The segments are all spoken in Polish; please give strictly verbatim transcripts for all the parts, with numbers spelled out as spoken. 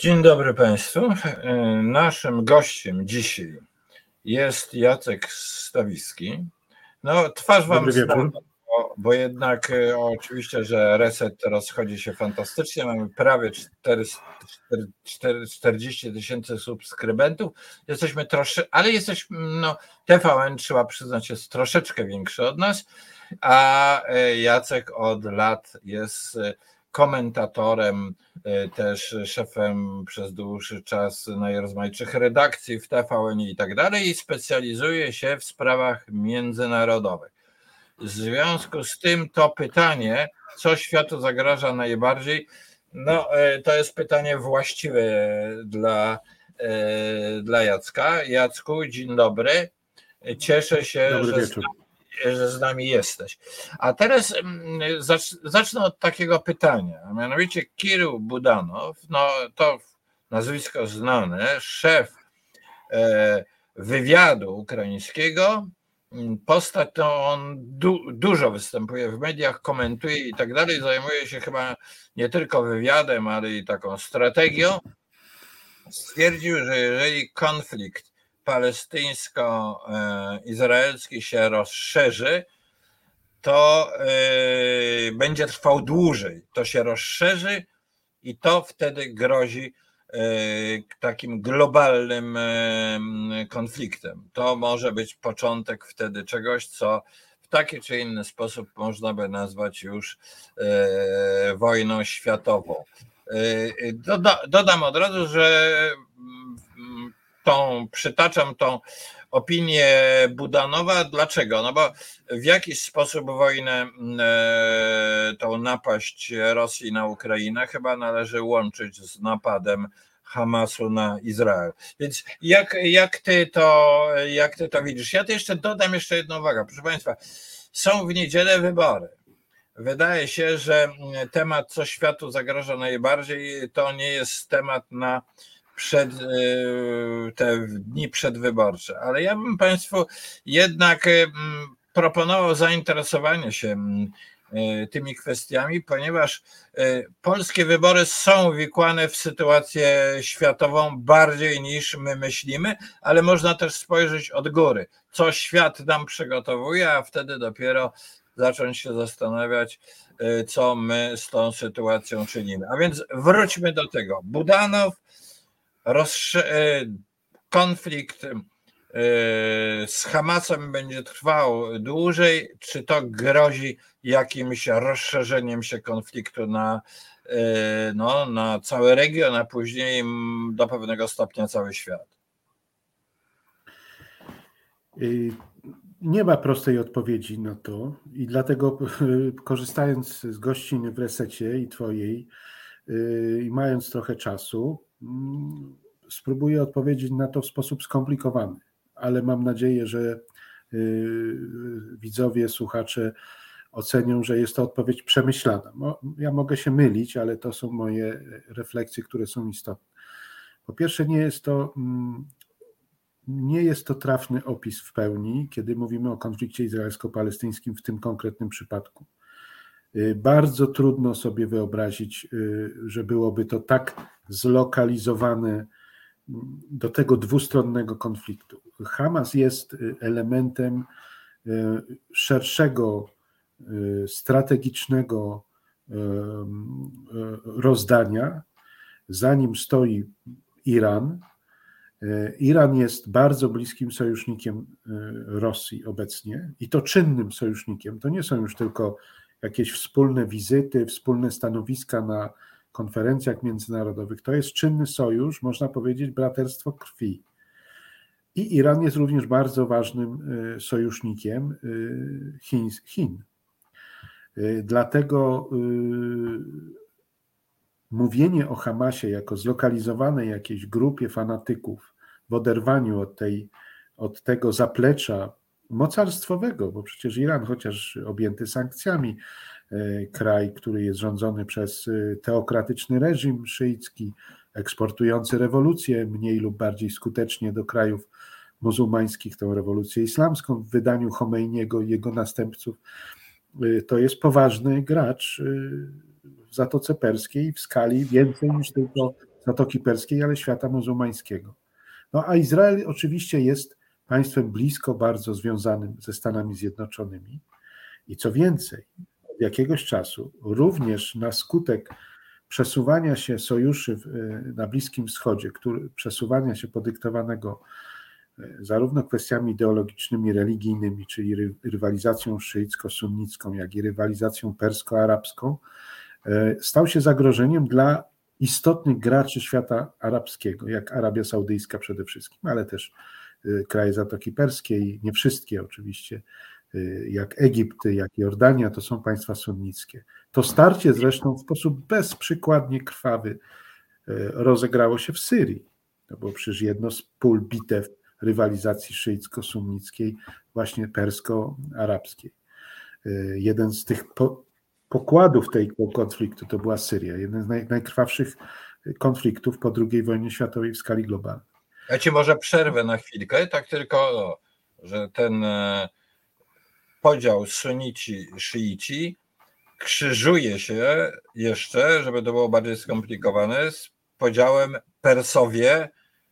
Dzień dobry Państwu. Naszym gościem dzisiaj jest Jacek Stawicki. No, twarz Wam znana, bo, bo jednak oczywiście, że Reset rozchodzi się fantastycznie. Mamy prawie czterdzieści tysięcy subskrybentów. Jesteśmy troszkę, ale jesteśmy, no, T V N, trzeba przyznać, jest troszeczkę większy od nas, a Jacek od lat jest komentatorem, też szefem przez dłuższy czas najrozmaitszych redakcji w T V N i tak dalej, i specjalizuje się w sprawach międzynarodowych. W związku z tym to pytanie, co światu zagraża najbardziej, no to jest pytanie właściwe dla, dla Jacka. Jacku, dzień dobry. Cieszę się, dobry że że z nami jesteś. A teraz zacznę od takiego pytania, a mianowicie Kirył Budanow, no to nazwisko znane, szef wywiadu ukraińskiego, postać, to on du, dużo występuje w mediach, komentuje i tak dalej, zajmuje się chyba nie tylko wywiadem, ale i taką strategią. Stwierdził, że jeżeli konflikt palestyńsko-izraelski się rozszerzy, to będzie trwał dłużej. To się rozszerzy i to wtedy grozi takim globalnym konfliktem. To może być początek wtedy czegoś, co w taki czy inny sposób można by nazwać już wojną światową. Doda, dodam od razu, że tą, przytaczam tą opinię Budanowa. Dlaczego? No bo w jakiś sposób wojnę, tą napaść Rosji na Ukrainę chyba należy łączyć z napadem Hamasu na Izrael. Więc jak, jak, ty to, jak ty to widzisz? Ja to jeszcze dodam jeszcze jedną uwagę. Proszę Państwa, są w niedzielę wybory. Wydaje się, że temat, co światu zagraża najbardziej, to nie jest temat na przed te dni przedwyborcze, ale ja bym Państwu jednak proponował zainteresowanie się tymi kwestiami, ponieważ polskie wybory są uwikłane w sytuację światową bardziej niż my myślimy, ale można też spojrzeć od góry, co świat nam przygotowuje, a wtedy dopiero zacząć się zastanawiać, co my z tą sytuacją czynimy. A więc wróćmy do tego. Budanow, konflikt z Hamasem będzie trwał dłużej, czy to grozi jakimś rozszerzeniem się konfliktu na, no, na cały region, a później do pewnego stopnia cały świat? Nie ma prostej odpowiedzi na to i dlatego, korzystając z gościny w Resecie i twojej i mając trochę czasu, spróbuję odpowiedzieć na to w sposób skomplikowany, ale mam nadzieję, że widzowie, słuchacze ocenią, że jest to odpowiedź przemyślana. Ja mogę się mylić, ale to są moje refleksje, które są istotne. Po pierwsze, nie jest to Nie jest to trafny opis w pełni, kiedy mówimy o konflikcie izraelsko-palestyńskim w tym konkretnym przypadku. Bardzo trudno sobie wyobrazić, że byłoby to tak zlokalizowane do tego dwustronnego konfliktu. Hamas jest elementem szerszego, strategicznego rozdania. Za nim stoi Iran. Iran jest bardzo bliskim sojusznikiem Rosji obecnie i to czynnym sojusznikiem. To nie są już tylko jakieś wspólne wizyty, wspólne stanowiska na konferencjach międzynarodowych. To jest czynny sojusz, można powiedzieć braterstwo krwi. I Iran jest również bardzo ważnym sojusznikiem Chin. Chin. Dlatego mówienie o Hamasie jako zlokalizowanej jakiejś grupie fanatyków w oderwaniu od, tej, od tego zaplecza mocarstwowego, bo przecież Iran, chociaż objęty sankcjami, kraj, który jest rządzony przez teokratyczny reżim szyicki, eksportujący rewolucję mniej lub bardziej skutecznie do krajów muzułmańskich, tę rewolucję islamską w wydaniu Chomejniego i jego następców, to jest poważny gracz w Zatoce Perskiej w skali więcej niż tylko Zatoki Perskiej, ale świata muzułmańskiego. No a Izrael oczywiście jest państwem blisko bardzo związanym ze Stanami Zjednoczonymi i co więcej, od jakiegoś czasu również na skutek przesuwania się sojuszy na Bliskim Wschodzie, który, przesuwania się podyktowanego zarówno kwestiami ideologicznymi, religijnymi, czyli rywalizacją szyicko-sunnicką, jak i rywalizacją persko-arabską, stał się zagrożeniem dla istotnych graczy świata arabskiego, jak Arabia Saudyjska przede wszystkim, ale też kraje Zatoki Perskiej, nie wszystkie oczywiście, jak Egipt, jak Jordania, to są państwa sunnickie. To starcie zresztą w sposób bezprzykładnie krwawy rozegrało się w Syrii. To było przecież jedno z pól bitew rywalizacji szyicko-sunnickiej, właśnie persko-arabskiej. Jeden z tych po, pokładów tego konfliktu to była Syria, jeden z naj, najkrwawszych konfliktów po drugiej wojnie światowej w skali globalnej. Ja ci może przerwę na chwilkę, tak tylko, no, że ten podział sunici, szyici krzyżuje się jeszcze, żeby to było bardziej skomplikowane, z podziałem Persowie,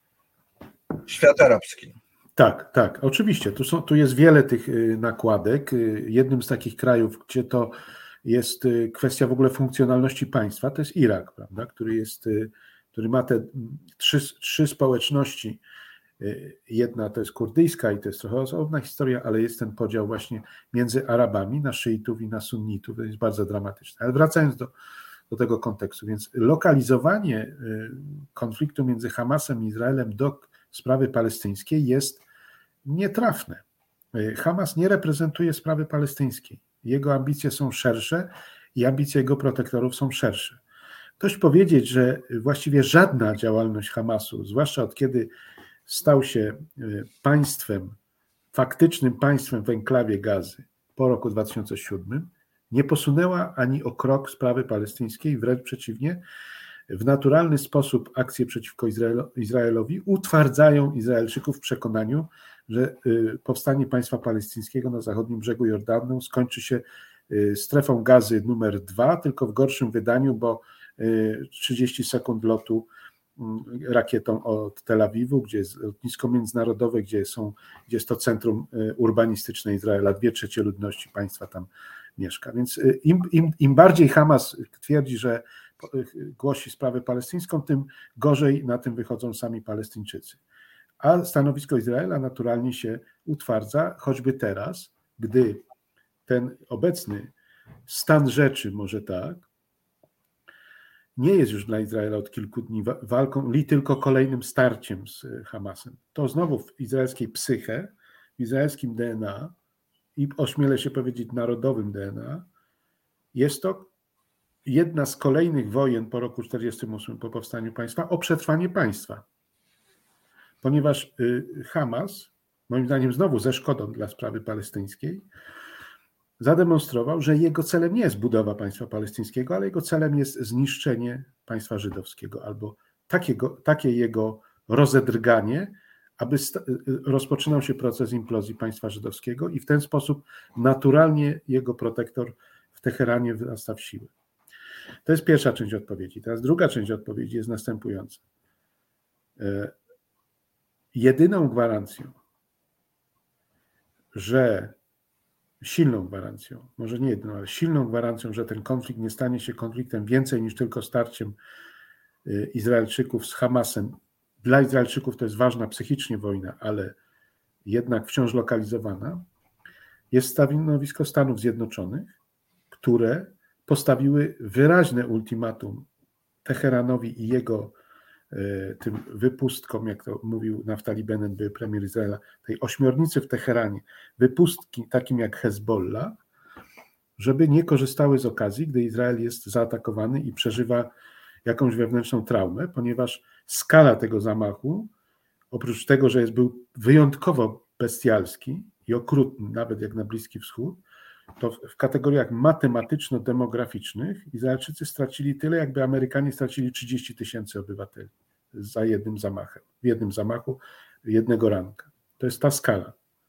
świat arabski. Tak, tak, oczywiście. Tu, są, tu jest wiele tych nakładek. Jednym z takich krajów, gdzie to jest kwestia w ogóle funkcjonalności państwa, to jest Irak, prawda, który jest, który ma te trzy, trzy społeczności. Jedna to jest kurdyjska i to jest trochę osobna historia, ale jest ten podział właśnie między Arabami na szyitów i na sunnitów. To jest bardzo dramatyczne. Ale wracając do, do tego kontekstu, więc lokalizowanie konfliktu między Hamasem i Izraelem do sprawy palestyńskiej jest nietrafne. Hamas nie reprezentuje sprawy palestyńskiej. Jego ambicje są szersze i ambicje jego protektorów są szersze. Dość powiedzieć, że właściwie żadna działalność Hamasu, zwłaszcza od kiedy stał się państwem, faktycznym państwem w enklawie Gazy po roku dwa tysiące siódmym, nie posunęła ani o krok sprawy palestyńskiej, wręcz przeciwnie, w naturalny sposób akcje przeciwko Izraelowi utwardzają Izraelczyków w przekonaniu, że powstanie państwa palestyńskiego na zachodnim brzegu Jordanu skończy się strefą Gazy numer dwa, tylko w gorszym wydaniu, bo trzydzieści sekund lotu rakietą od Tel Awiwu, gdzie jest lotnisko międzynarodowe, gdzie, są, gdzie jest to centrum urbanistyczne Izraela, dwie trzecie ludności państwa tam mieszka. Więc im, im, im bardziej Hamas twierdzi, że głosi sprawę palestyńską, tym gorzej na tym wychodzą sami Palestyńczycy. A stanowisko Izraela naturalnie się utwardza, choćby teraz, gdy ten obecny stan rzeczy, może tak, nie jest już dla Izraela od kilku dni walką, li tylko kolejnym starciem z Hamasem. To znowu w izraelskiej psyche, w izraelskim D N A i ośmielę się powiedzieć narodowym D N A, jest to jedna z kolejnych wojen po roku czterdziestym ósmym, po powstaniu państwa, o przetrwanie państwa. Ponieważ Hamas, moim zdaniem znowu ze szkodą dla sprawy palestyńskiej, zademonstrował, że jego celem nie jest budowa państwa palestyńskiego, ale jego celem jest zniszczenie państwa żydowskiego albo takiego, takie jego rozedrganie, aby rozpoczynał się proces implozji państwa żydowskiego i w ten sposób naturalnie jego protektor w Teheranie wyrasta w siłę. To jest pierwsza część odpowiedzi. Teraz druga część odpowiedzi jest następująca. Jedyną gwarancją, że silną gwarancją, może nie jedną, ale silną gwarancją, że ten konflikt nie stanie się konfliktem więcej niż tylko starciem Izraelczyków z Hamasem. Dla Izraelczyków to jest ważna psychicznie wojna, ale jednak wciąż lokalizowana, jest stanowisko Stanów Zjednoczonych, które postawiły wyraźne ultimatum Teheranowi i jego tym wypustkom, jak to mówił Naftali Bennett, były premier Izraela, tej ośmiornicy w Teheranie, wypustki takim jak Hezbollah, żeby nie korzystały z okazji, gdy Izrael jest zaatakowany i przeżywa jakąś wewnętrzną traumę, ponieważ skala tego zamachu, oprócz tego, że jest, był wyjątkowo bestialski i okrutny, nawet jak na Bliski Wschód, to w kategoriach matematyczno-demograficznych Izraelczycy stracili tyle, jakby Amerykanie stracili trzydzieści tysięcy obywateli za jednym zamachem, w jednym zamachu, jednego ranka. To jest ta skala.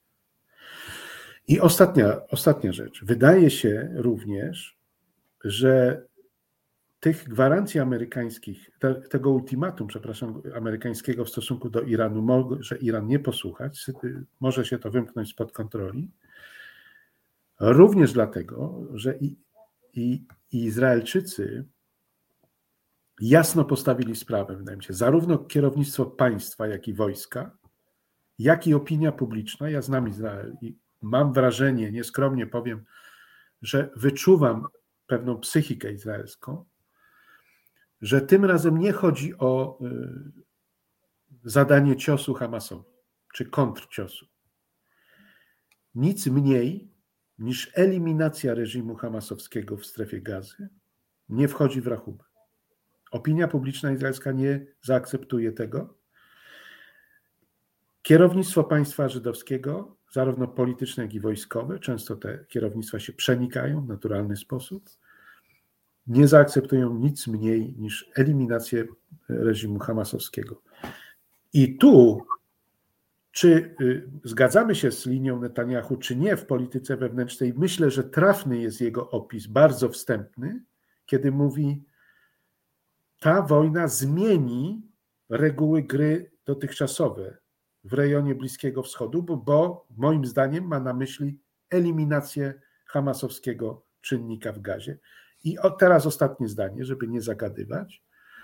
I ostatnia, ostatnia rzecz. Wydaje się również, że tych gwarancji amerykańskich, te, tego ultimatum, przepraszam, amerykańskiego w stosunku do Iranu, może Iran nie posłuchać, może się to wymknąć spod kontroli, również dlatego, że i, i, i Izraelczycy jasno postawili sprawę, wydaje mi się, zarówno kierownictwo państwa, jak i wojska, jak i opinia publiczna. Ja znam Izrael i mam wrażenie, nieskromnie powiem, że wyczuwam pewną psychikę izraelską, że tym razem nie chodzi o zadanie ciosu Hamasowi, czy kontrciosu. Nic mniej niż eliminacja reżimu hamasowskiego w strefie Gazy nie wchodzi w rachubę. Opinia publiczna izraelska nie zaakceptuje tego. Kierownictwo państwa żydowskiego, zarówno polityczne, jak i wojskowe, często te kierownictwa się przenikają w naturalny sposób, nie zaakceptują nic mniej niż eliminację reżimu hamasowskiego. I tu, czy zgadzamy się z linią Netanyahu, czy nie w polityce wewnętrznej, myślę, że trafny jest jego opis, bardzo wstępny, kiedy mówi, ta wojna zmieni reguły gry dotychczasowe w rejonie Bliskiego Wschodu, bo, bo moim zdaniem ma na myśli eliminację hamasowskiego czynnika w Gazie. I o, teraz ostatnie zdanie, żeby nie zagadywać.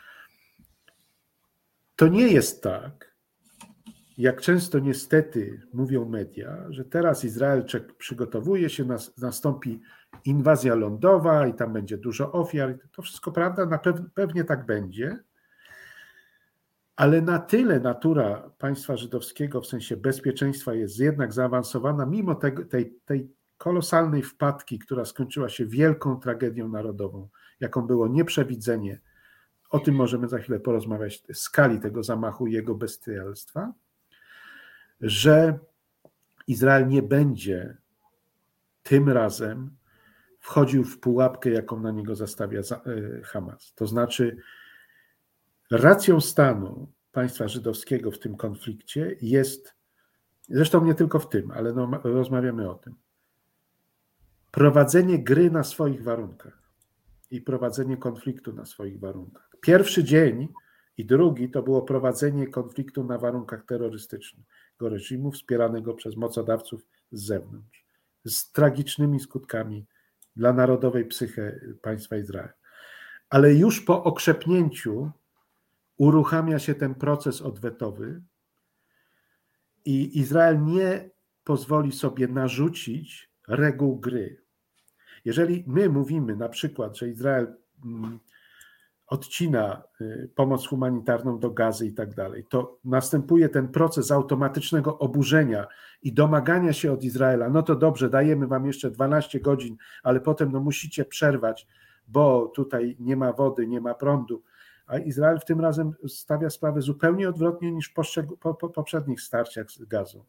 To nie jest tak, jak często niestety mówią media, że teraz Izraelczyk przygotowuje się, nas, nastąpi inwazja lądowa i tam będzie dużo ofiar. To wszystko prawda, na pew, pewnie tak będzie, ale na tyle natura państwa żydowskiego w sensie bezpieczeństwa jest jednak zaawansowana, mimo tego, tej, tej kolosalnej wpadki, która skończyła się wielką tragedią narodową, jaką było nieprzewidzenie, o tym możemy za chwilę porozmawiać, skali tego zamachu i jego bestialstwa, że Izrael nie będzie tym razem wchodził w pułapkę, jaką na niego zastawia Hamas. To znaczy racją stanu państwa żydowskiego w tym konflikcie jest, zresztą nie tylko w tym, ale no, rozmawiamy o tym, prowadzenie gry na swoich warunkach i prowadzenie konfliktu na swoich warunkach. Pierwszy dzień i drugi to było prowadzenie konfliktu na warunkach terrorystycznych reżimu wspieranego przez mocodawców z zewnątrz, z tragicznymi skutkami dla narodowej psyche państwa Izrael. Ale już po okrzepnięciu uruchamia się ten proces odwetowy i Izrael nie pozwoli sobie narzucić reguł gry. Jeżeli my mówimy na przykład, że Izrael odcina pomoc humanitarną do Gazy i tak dalej, to następuje ten proces automatycznego oburzenia i domagania się od Izraela, no to dobrze, dajemy wam jeszcze dwanaście godzin, ale potem no musicie przerwać, bo tutaj nie ma wody, nie ma prądu. A Izrael w tym razem stawia sprawę zupełnie odwrotnie niż po poprzednich starciach z Gazą.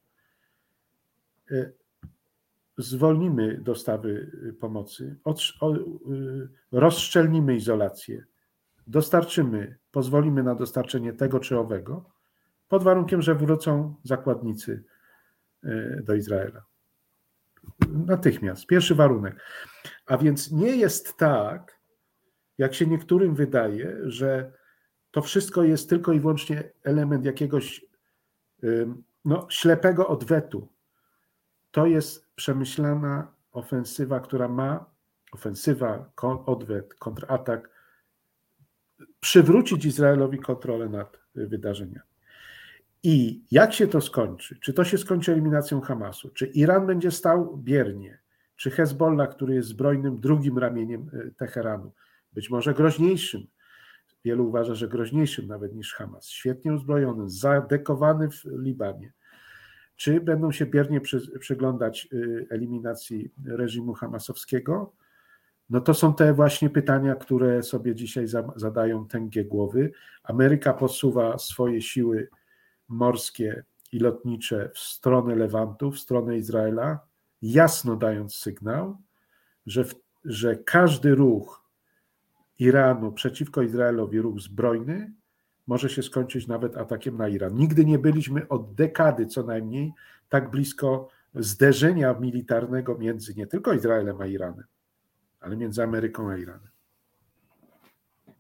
Zwolnimy dostawy pomocy, rozszczelnimy izolację, dostarczymy, pozwolimy na dostarczenie tego czy owego, pod warunkiem, że wrócą zakładnicy do Izraela. Natychmiast. Pierwszy warunek. A więc nie jest tak, jak się niektórym wydaje, że to wszystko jest tylko i wyłącznie element jakiegoś no, ślepego odwetu. To jest przemyślana ofensywa, która ma, ofensywa, odwet, kontratak, przywrócić Izraelowi kontrolę nad wydarzeniami. I jak się to skończy? Czy to się skończy eliminacją Hamasu? Czy Iran będzie stał biernie? Czy Hezbollah, który jest zbrojnym drugim ramieniem Teheranu, być może groźniejszym, wielu uważa, że groźniejszym nawet niż Hamas, świetnie uzbrojony, zadekowany w Libanie, czy będą się biernie przy, przyglądać eliminacji reżimu hamasowskiego? No to są te właśnie pytania, które sobie dzisiaj zadają tęgie głowy. Ameryka posuwa swoje siły morskie i lotnicze w stronę Lewantu, w stronę Izraela, jasno dając sygnał, że, w, że każdy ruch Iranu przeciwko Izraelowi, ruch zbrojny, może się skończyć nawet atakiem na Iran. Nigdy nie byliśmy od dekady co najmniej tak blisko zderzenia militarnego między nie tylko Izraelem a Iranem, ale między Ameryką a Iranem.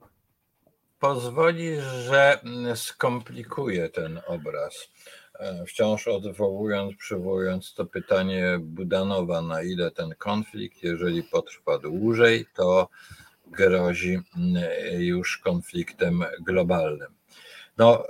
pozwoli, że skomplikuję ten obraz. Wciąż odwołując, przywołując to pytanie Budanowa, na ile ten konflikt, jeżeli potrwa dłużej, to grozi już konfliktem globalnym. No,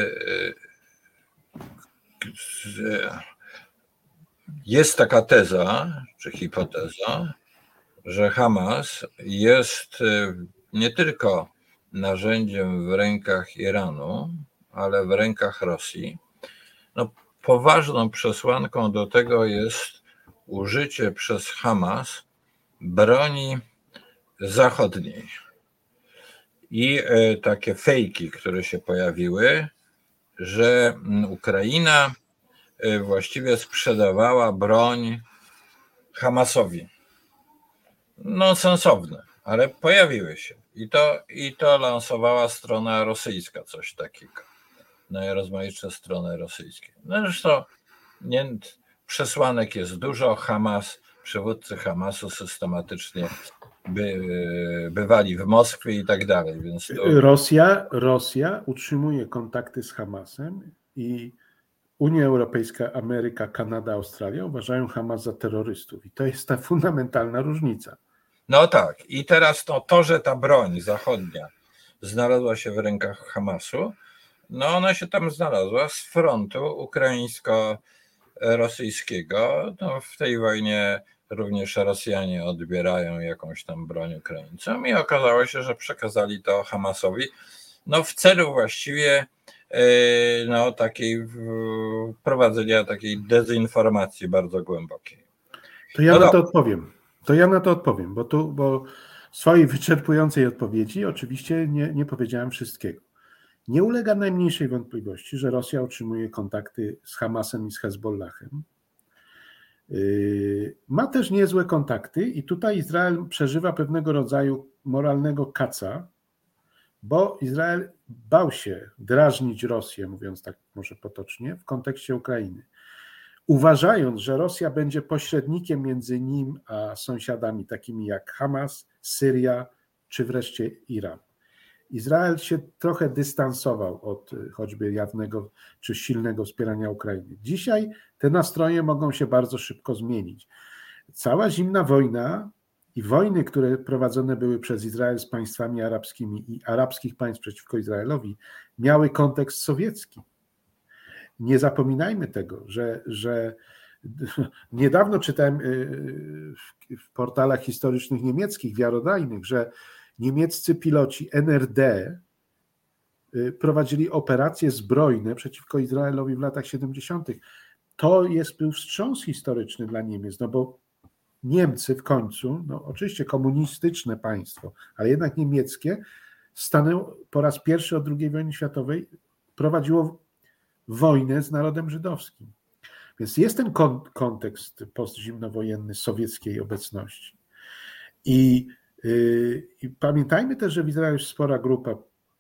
jest taka teza, czy hipoteza, że Hamas jest nie tylko narzędziem w rękach Iranu, ale w rękach Rosji. No, poważną przesłanką do tego jest użycie przez Hamas broni zachodniej. I takie fejki, które się pojawiły, że Ukraina właściwie sprzedawała broń Hamasowi. No sensowne, ale pojawiły się. I to, i to lansowała strona rosyjska, coś takiego. Najrozmaitsze strony rosyjskie. No zresztą nie, przesłanek jest dużo. Hamas, przywódcy Hamasu systematycznie by, bywali w Moskwie i tak dalej. Więc to... Rosja, Rosja utrzymuje kontakty z Hamasem i Unia Europejska, Ameryka, Kanada, Australia uważają Hamas za terrorystów. I to jest ta fundamentalna różnica. No tak. I teraz to, to że ta broń zachodnia znalazła się w rękach Hamasu, no ona się tam znalazła z frontu ukraińsko-rosyjskiego. No w tej wojnie również Rosjanie odbierają jakąś tam broń Ukraińcom i okazało się, że przekazali to Hamasowi, no w celu właściwie no takiej prowadzenia takiej dezinformacji bardzo głębokiej. To ja no na do... to odpowiem. To ja na to odpowiem, bo tu, bo w swojej wyczerpującej odpowiedzi oczywiście nie, nie powiedziałem wszystkiego. Nie ulega najmniejszej wątpliwości, że Rosja utrzymuje kontakty z Hamasem i z Hezbollahem. Ma też niezłe kontakty i tutaj Izrael przeżywa pewnego rodzaju moralnego kaca, bo Izrael bał się drażnić Rosję, mówiąc tak może potocznie, w kontekście Ukrainy. Uważając, że Rosja będzie pośrednikiem między nim a sąsiadami takimi jak Hamas, Syria czy wreszcie Iran. Izrael się trochę dystansował od choćby jawnego czy silnego wspierania Ukrainy. Dzisiaj te nastroje mogą się bardzo szybko zmienić. Cała zimna wojna i wojny, które prowadzone były przez Izrael z państwami arabskimi i arabskich państw przeciwko Izraelowi, miały kontekst sowiecki. Nie zapominajmy tego, że, że niedawno czytałem w portalach historycznych niemieckich, wiarodajnych, że niemieccy piloci N R D prowadzili operacje zbrojne przeciwko Izraelowi w latach siedemdziesiątych. To jest był wstrząs historyczny dla Niemiec, no bo Niemcy w końcu, no oczywiście komunistyczne państwo, ale jednak niemieckie, stanęło po raz pierwszy od drugiej wojny światowej, prowadziło wojnę z narodem żydowskim. Więc jest ten kontekst postzimnowojenny sowieckiej obecności. I, yy, i pamiętajmy też, że w Izraelu jest spora grupa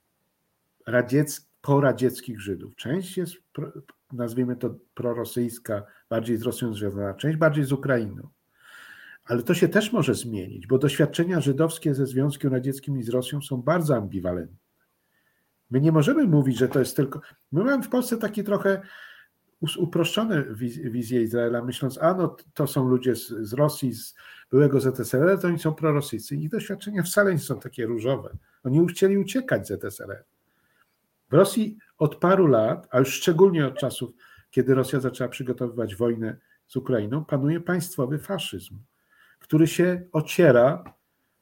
radziec, poradzieckich Żydów. Część jest, nazwijmy to, prorosyjska, bardziej z Rosją związana, część bardziej z Ukrainą. Ale to się też może zmienić, bo doświadczenia żydowskie ze Związkiem Radzieckim i z Rosją są bardzo ambiwalentne. My nie możemy mówić, że to jest tylko... My mamy w Polsce takie trochę uproszczone wizje Izraela, myśląc, a no to są ludzie z, z Rosji, z byłego Z S R R, to oni są prorosyjscy. Ich doświadczenia wcale nie są takie różowe. Oni już chcieli uciekać z Z S R R. W Rosji od paru lat, a już szczególnie od czasów, kiedy Rosja zaczęła przygotowywać wojnę z Ukrainą, panuje państwowy faszyzm, który się ociera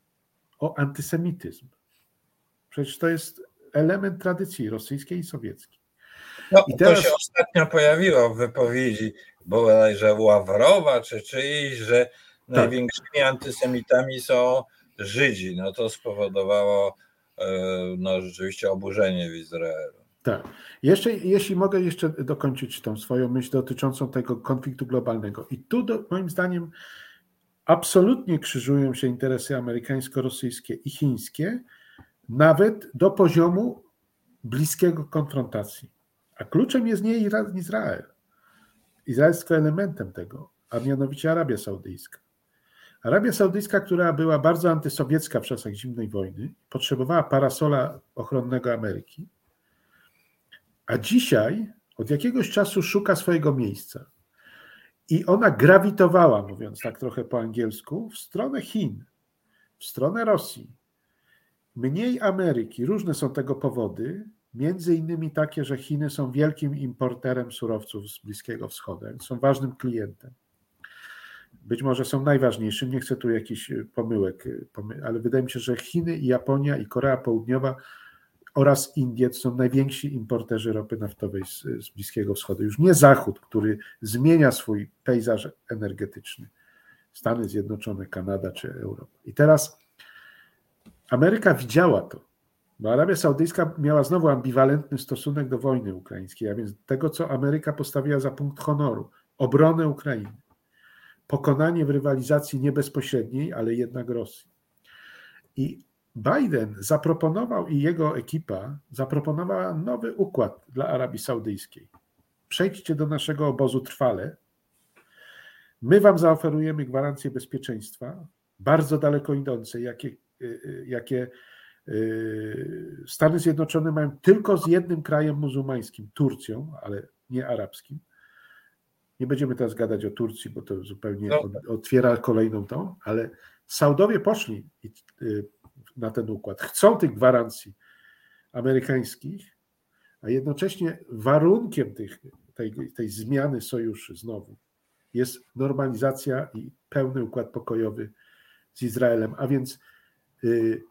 o antysemityzm. Przecież to jest element tradycji rosyjskiej i sowieckiej. No, I teraz... To się ostatnio pojawiło w wypowiedzi bodajże Ławrowa czy czyjś, że tak. Największymi antysemitami są Żydzi. No to spowodowało no, rzeczywiście oburzenie w Izraelu. Tak. Jeszcze, jeśli mogę jeszcze dokończyć tą swoją myśl dotyczącą tego konfliktu globalnego. I tu do, moim zdaniem absolutnie krzyżują się interesy amerykańsko-rosyjskie i chińskie, nawet do poziomu bliskiego konfrontacji. A kluczem jest nie Izrael. Izrael jest tylko elementem tego, a mianowicie Arabia Saudyjska. Arabia Saudyjska, która była bardzo antysowiecka w czasach zimnej wojny, potrzebowała parasola ochronnego Ameryki, a dzisiaj od jakiegoś czasu szuka swojego miejsca. I ona grawitowała, mówiąc tak trochę po angielsku, w stronę Chin, w stronę Rosji. Mniej Ameryki. Różne są tego powody, między innymi takie, że Chiny są wielkim importerem surowców z Bliskiego Wschodu, są ważnym klientem. Być może są najważniejszym, nie chcę tu jakichś pomyłek, ale wydaje mi się, że Chiny i Japonia i Korea Południowa oraz Indie to są najwięksi importerzy ropy naftowej z, z Bliskiego Wschodu. Już nie Zachód, który zmienia swój pejzaż energetyczny. Stany Zjednoczone, Kanada czy Europa. I teraz Ameryka widziała to, bo Arabia Saudyjska miała znowu ambiwalentny stosunek do wojny ukraińskiej, a więc tego, co Ameryka postawiła za punkt honoru, obronę Ukrainy, pokonanie w rywalizacji nie bezpośredniej, ale jednak Rosji. I Biden zaproponował i jego ekipa zaproponowała nowy układ dla Arabii Saudyjskiej. Przejdźcie do naszego obozu trwale. My wam zaoferujemy gwarancje bezpieczeństwa, bardzo daleko idące, jakie, jakie Stany Zjednoczone mają tylko z jednym krajem muzułmańskim, Turcją, ale nie arabskim. Nie będziemy teraz gadać o Turcji, bo to zupełnie no. otwiera kolejną tą, ale Saudowie poszli na ten układ. Chcą tych gwarancji amerykańskich, a jednocześnie warunkiem tych, tej, tej zmiany sojuszy znowu jest normalizacja i pełny układ pokojowy z Izraelem. A więc y,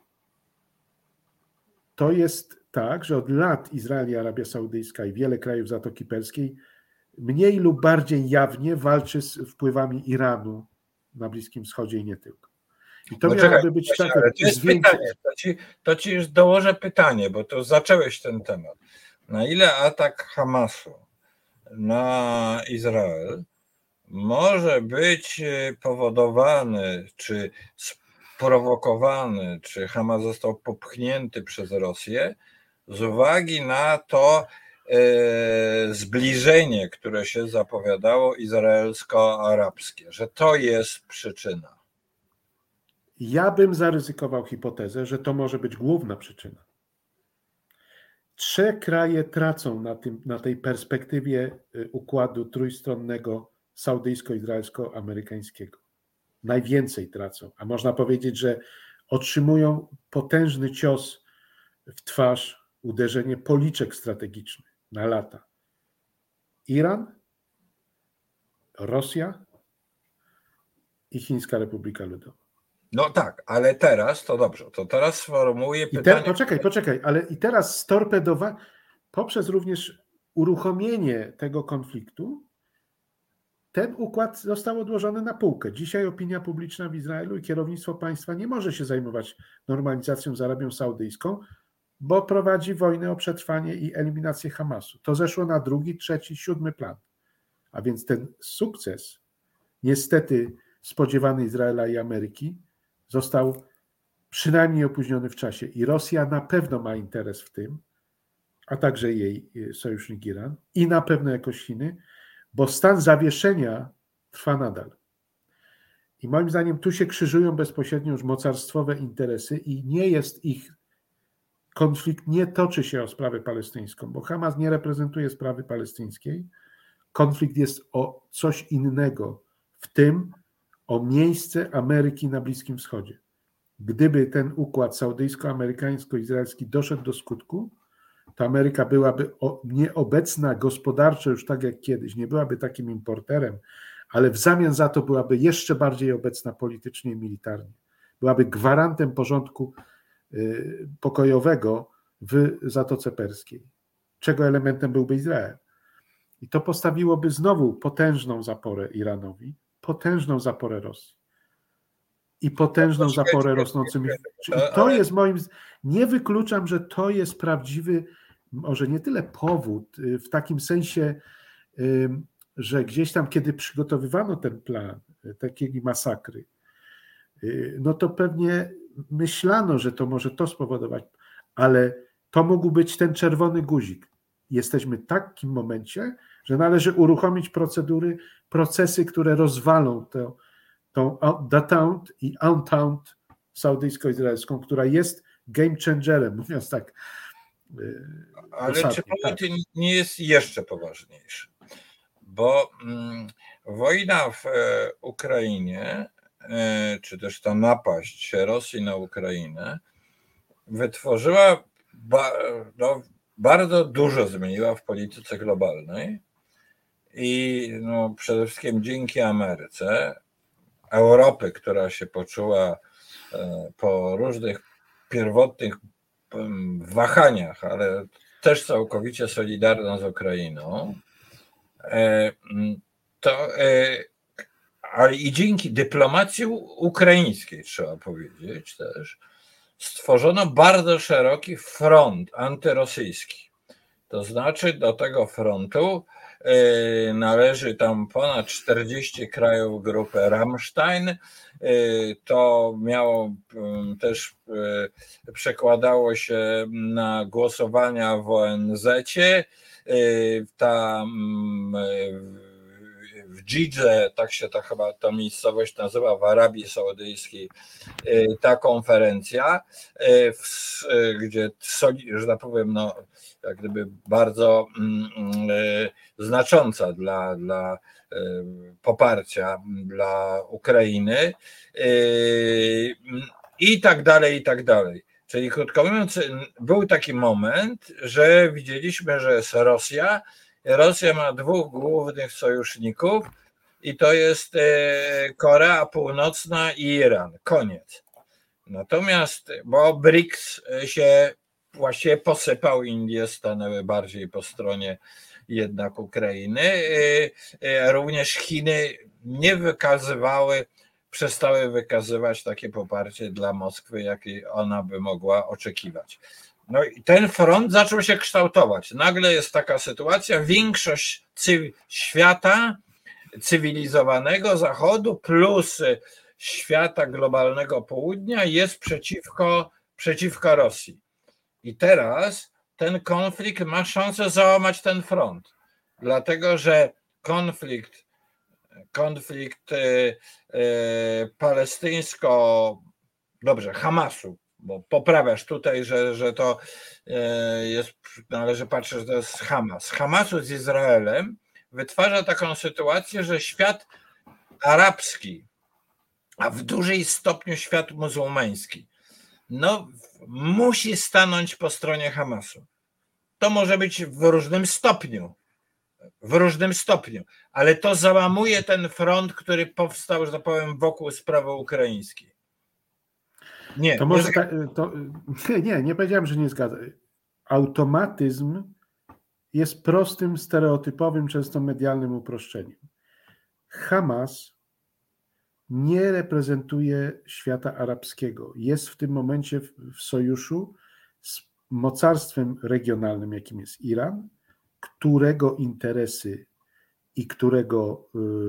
to jest tak, że od lat Izrael i Arabia Saudyjska i wiele krajów Zatoki Perskiej mniej lub bardziej jawnie walczy z wpływami Iranu na Bliskim Wschodzie i nie tylko. I to no miałoby czekaj, być tak. To jest pytanie, to ci, to ci już dołożę pytanie, bo to zacząłeś ten temat. Na ile atak Hamasu na Izrael może być powodowany, czy sprowokowany, czy Hamas został popchnięty przez Rosję z uwagi na to e, zbliżenie, które się zapowiadało izraelsko-arabskie, że to jest przyczyna? Ja bym zaryzykował hipotezę, że to może być główna przyczyna. Trzy kraje tracą na, tym, na tej perspektywie układu trójstronnego saudyjsko-izraelsko-amerykańskiego. Najwięcej tracą, a można powiedzieć, że otrzymują potężny cios w twarz, uderzenie policzek strategicznych na lata. Iran, Rosja i Chińska Republika Ludowa. No tak, ale teraz, to dobrze, to teraz sformułuję I pytanie. te, poczekaj, poczekaj, ale i teraz storpedowa poprzez również uruchomienie tego konfliktu, ten układ został odłożony na półkę. Dzisiaj opinia publiczna w Izraelu i kierownictwo państwa nie może się zajmować normalizacją z Arabią Saudyjską, bo prowadzi wojnę o przetrwanie i eliminację Hamasu. To zeszło na drugi, trzeci, siódmy plan. A więc ten sukces, niestety spodziewany Izraela i Ameryki, został przynajmniej opóźniony w czasie. I Rosja na pewno ma interes w tym, a także jej sojusznik Iran i na pewno jakoś Chiny, bo stan zawieszenia trwa nadal. I moim zdaniem tu się krzyżują bezpośrednio już mocarstwowe interesy i nie jest ich konflikt, nie toczy się o sprawę palestyńską, bo Hamas nie reprezentuje sprawy palestyńskiej. Konflikt jest o coś innego, w tym o miejsce Ameryki na Bliskim Wschodzie. Gdyby ten układ saudyjsko-amerykańsko-izraelski doszedł do skutku, to Ameryka byłaby nieobecna gospodarczo już tak jak kiedyś, nie byłaby takim importerem, ale w zamian za to byłaby jeszcze bardziej obecna politycznie i militarnie. Byłaby gwarantem porządku pokojowego w Zatoce Perskiej, czego elementem byłby Izrael. I to postawiłoby znowu potężną zaporę Iranowi, potężną zaporę Rosji i potężną zaporę rosnącymi. To jest moim nie wykluczam, że to jest prawdziwy, może nie tyle powód, w takim sensie, że gdzieś tam, kiedy przygotowywano ten plan takiej masakry, no to pewnie myślano, że to może to spowodować, ale to mógł być ten czerwony guzik. Jesteśmy w takim momencie, że należy uruchomić procedury, procesy, które rozwalą to, tą detente i entente saudyjsko-izraelską, która jest game changerem, mówiąc tak. Ale dosadnie, czy tak. to nie jest jeszcze poważniejsze? Bo mm, wojna w e, Ukrainie, e, czy też ta napaść Rosji na Ukrainę wytworzyła, ba, no, bardzo dużo zmieniła w polityce globalnej i no, przede wszystkim dzięki Ameryce, Europy, która się poczuła e, po różnych pierwotnych em, wahaniach, ale też całkowicie solidarna z Ukrainą, e, to e, ale i dzięki dyplomacji ukraińskiej, trzeba powiedzieć też, stworzono bardzo szeroki front antyrosyjski. To znaczy do tego frontu należy tam ponad czterdzieści krajów grupy Rammstein. To miało też, przekładało się na głosowania w O N Z-cie. Tam w Dżidze, tak się ta chyba ta miejscowość nazywa, w Arabii Saudyjskiej, ta konferencja, gdzie, że tak powiem, no, jak gdyby bardzo znacząca dla, dla poparcia dla Ukrainy i tak dalej, i tak dalej. Czyli krótko mówiąc, był taki moment, że widzieliśmy, że jest Rosja. Rosja ma dwóch głównych sojuszników i to jest Korea Północna i Iran. Koniec. Natomiast, bo B R I C S się właściwie posypał, Indie stanęły bardziej po stronie jednak Ukrainy. Również Chiny nie wykazywały, przestały wykazywać takie poparcie dla Moskwy, jakiej ona by mogła oczekiwać. No i ten front zaczął się kształtować. Nagle jest taka sytuacja, większość cyw- świata cywilizowanego Zachodu plus świata globalnego południa jest przeciwko, przeciwko Rosji. I teraz ten konflikt ma szansę załamać ten front, dlatego że konflikt, konflikt yy, yy, palestyńsko, dobrze, Hamasu, bo poprawiasz tutaj, że, że to jest, należy patrzeć, że to jest Hamas. Hamasu z Izraelem wytwarza taką sytuację, że świat arabski, a w dużej stopniu świat muzułmański, no musi stanąć po stronie Hamasu. To może być w różnym stopniu, w różnym stopniu, ale to załamuje ten front, który powstał, że tak powiem, wokół sprawy ukraińskiej. Nie, to może nie, tak, to, nie, nie powiedziałem, że nie zgadzam. Automatyzm jest prostym, stereotypowym, często medialnym uproszczeniem. Hamas nie reprezentuje świata arabskiego. Jest w tym momencie w, w sojuszu z mocarstwem regionalnym, jakim jest Iran, którego interesy i którego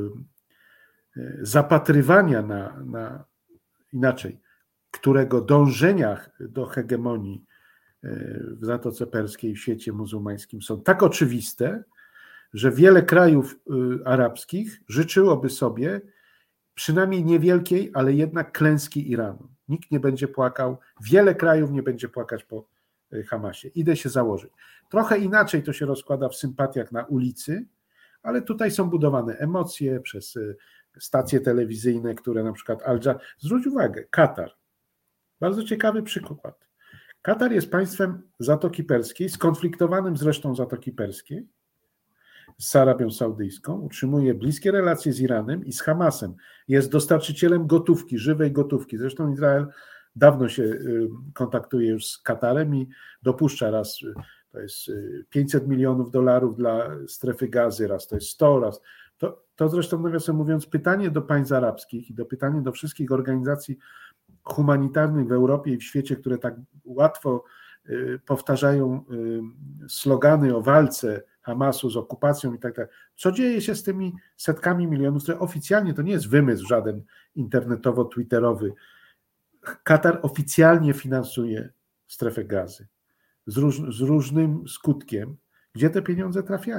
y, y, zapatrywania na, na inaczej, którego dążeniach do hegemonii w Zatoce Perskiej, w świecie muzułmańskim są tak oczywiste, że wiele krajów arabskich życzyłoby sobie przynajmniej niewielkiej, ale jednak klęski Iranu. Nikt nie będzie płakał, wiele krajów nie będzie płakać po Hamasie. Idę się założyć. Trochę inaczej to się rozkłada w sympatiach na ulicy, ale tutaj są budowane emocje przez stacje telewizyjne, które na przykład Al Jazeera. Zwróć uwagę, Katar. Bardzo ciekawy przykład. Katar jest państwem Zatoki Perskiej, skonfliktowanym z resztą Zatoki Perskiej, z Arabią Saudyjską, utrzymuje bliskie relacje z Iranem i z Hamasem. Jest dostarczycielem gotówki, żywej gotówki. Zresztą Izrael dawno się kontaktuje już z Katarem i dopuszcza raz, to jest pięćset milionów dolarów dla strefy Gazy, raz to jest sto, raz. To, to zresztą, nawiasem mówiąc, pytanie do państw arabskich i do pytanie do wszystkich organizacji humanitarnych w Europie i w świecie, które tak łatwo powtarzają slogany o walce Hamasu z okupacją i tak dalej. Co dzieje się z tymi setkami milionów, które oficjalnie to nie jest wymysł żaden internetowo-twitterowy. Katar oficjalnie finansuje strefę Gazy z, róż, z różnym skutkiem, gdzie te pieniądze trafiają.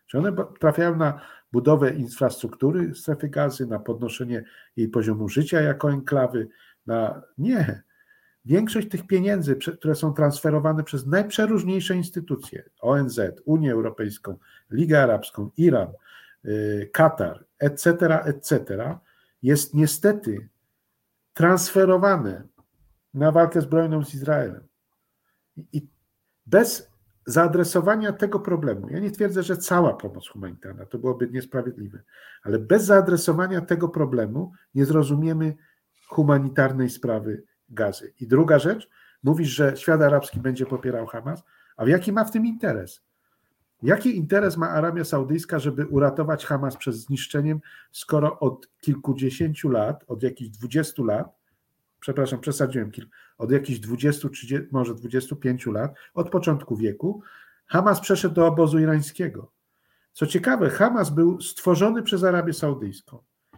Czy one trafiają na budowę infrastruktury strefy Gazy, na podnoszenie jej poziomu życia jako enklawy? Na... Nie. Większość tych pieniędzy, które są transferowane przez najprzeróżniejsze instytucje, O N Z, Unię Europejską, Ligę Arabską, Iran, Katar, et cetera, et cetera, jest niestety transferowane na walkę zbrojną z Izraelem. I bez zaadresowania tego problemu, ja nie twierdzę, że cała pomoc humanitarna, to byłoby niesprawiedliwe, ale bez zaadresowania tego problemu nie zrozumiemy humanitarnej sprawy Gazy. I druga rzecz, mówisz, że świat arabski będzie popierał Hamas, a jaki ma w tym interes? Jaki interes ma Arabia Saudyjska, żeby uratować Hamas przed zniszczeniem, skoro od kilkudziesięciu lat, od jakichś dwudziestu lat, przepraszam, przesadziłem, od jakichś dwudziestu, trzydziestu, może dwudziestu pięciu lat, od początku wieku, Hamas przeszedł do obozu irańskiego. Co ciekawe, Hamas był stworzony przez Arabię Saudyjską.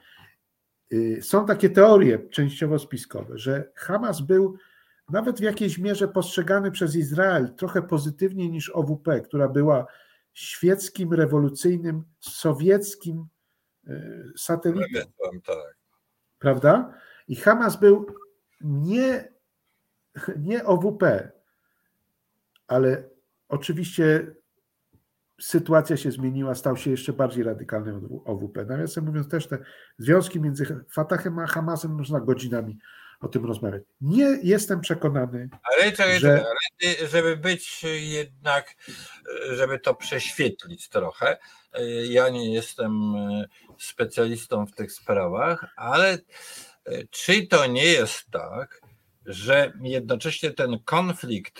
Są takie teorie częściowo spiskowe, że Hamas był nawet w jakiejś mierze postrzegany przez Izrael trochę pozytywniej niż O W P, która była świeckim, rewolucyjnym, sowieckim satelitą. Tak. Prawda? I Hamas był nie, nie O W P, ale oczywiście sytuacja się zmieniła, stał się jeszcze bardziej radykalny od O W P. Nawiasem mówiąc, też te związki między Fatahem a Hamasem można godzinami o tym rozmawiać. Nie jestem przekonany, ale, czekaj, że... ale żeby być jednak, żeby to prześwietlić trochę, ja nie jestem specjalistą w tych sprawach, ale czy to nie jest tak, że jednocześnie ten konflikt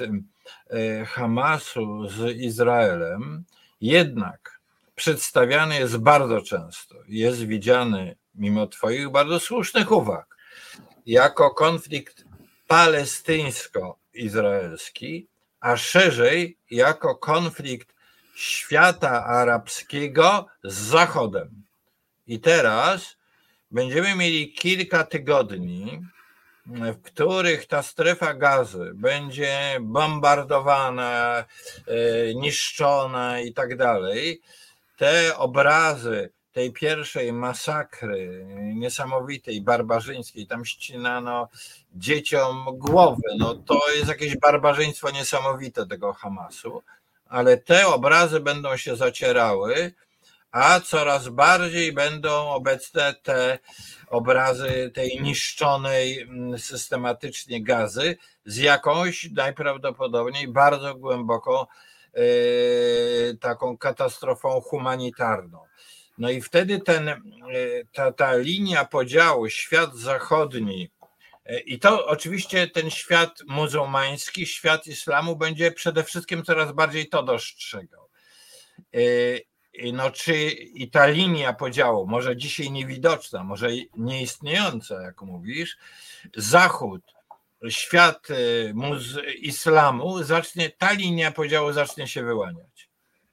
Hamasu z Izraelem jednak przedstawiany jest bardzo często, jest widziany mimo twoich bardzo słusznych uwag, jako konflikt palestyńsko-izraelski, a szerzej jako konflikt świata arabskiego z Zachodem. I teraz będziemy mieli kilka tygodni, w których ta strefa Gazy będzie bombardowana, niszczona i tak dalej. Te obrazy tej pierwszej masakry niesamowitej, barbarzyńskiej, tam ścinano dzieciom głowy, no to jest jakieś barbarzyństwo niesamowite tego Hamasu, ale te obrazy będą się zacierały, a coraz bardziej będą obecne te obrazy tej niszczonej systematycznie Gazy z jakąś najprawdopodobniej bardzo głęboką yy, taką katastrofą humanitarną. No i wtedy ten, ta, ta linia podziału, świat zachodni, i to oczywiście ten świat muzułmański, świat islamu będzie przede wszystkim coraz bardziej to dostrzegał. No czy i ta linia podziału, może dzisiaj niewidoczna, może nieistniejąca, jak mówisz, Zachód, świat muz- islamu zacznie, ta linia podziału zacznie się wyłaniać.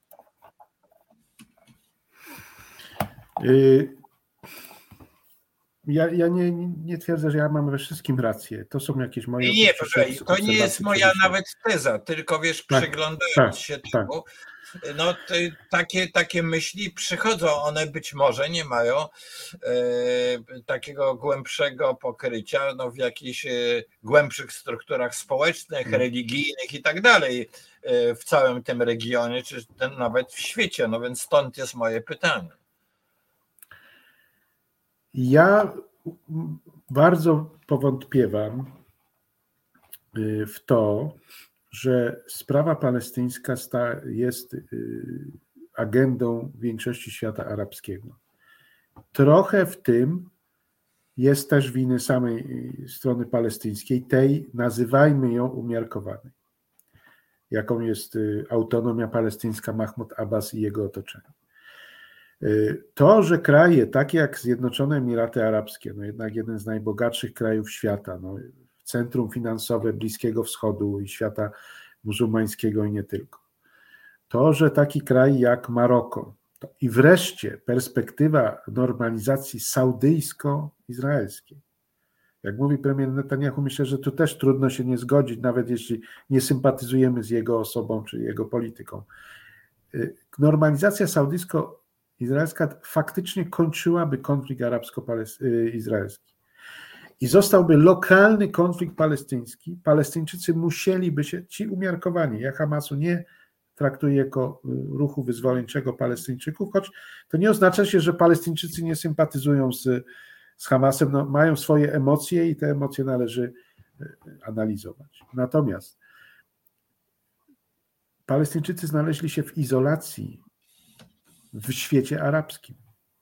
Ja, ja nie, nie twierdzę, że ja mam we wszystkim rację. To są jakieś moje... Nie, proszę, to nie jest moja nawet teza, tylko wiesz, tak, przyglądając tak, się tak. temu, no takie, takie myśli przychodzą, one być może nie mają e, takiego głębszego pokrycia no, w jakichś e, głębszych strukturach społecznych, hmm. religijnych i tak dalej e, w całym tym regionie, czy ten, nawet w świecie, no więc stąd jest moje pytanie. Ja bardzo powątpiewam w to, że sprawa palestyńska jest agendą większości świata arabskiego. Trochę w tym jest też winy samej strony palestyńskiej, tej, nazywajmy ją umiarkowanej, jaką jest autonomia palestyńska, Mahmud Abbas i jego otoczenie. To, że kraje takie jak Zjednoczone Emiraty Arabskie, no jednak jeden z najbogatszych krajów świata, no centrum finansowe Bliskiego Wschodu i świata muzułmańskiego i nie tylko. To, że taki kraj jak Maroko to i wreszcie perspektywa normalizacji saudyjsko-izraelskiej. Jak mówi premier Netanyahu, myślę, że tu też trudno się nie zgodzić, nawet jeśli nie sympatyzujemy z jego osobą czy jego polityką. normalizacja saudyjsko-izraelska faktycznie kończyłaby konflikt arabsko-izraelski. I zostałby lokalny konflikt palestyński. Palestyńczycy musieliby się, ci umiarkowani, ja Hamasu nie traktuję jako ruchu wyzwoleńczego Palestyńczyków, choć to nie oznacza się, że Palestyńczycy nie sympatyzują z, z Hamasem, no, mają swoje emocje i te emocje należy analizować. Natomiast Palestyńczycy znaleźli się w izolacji w świecie arabskim.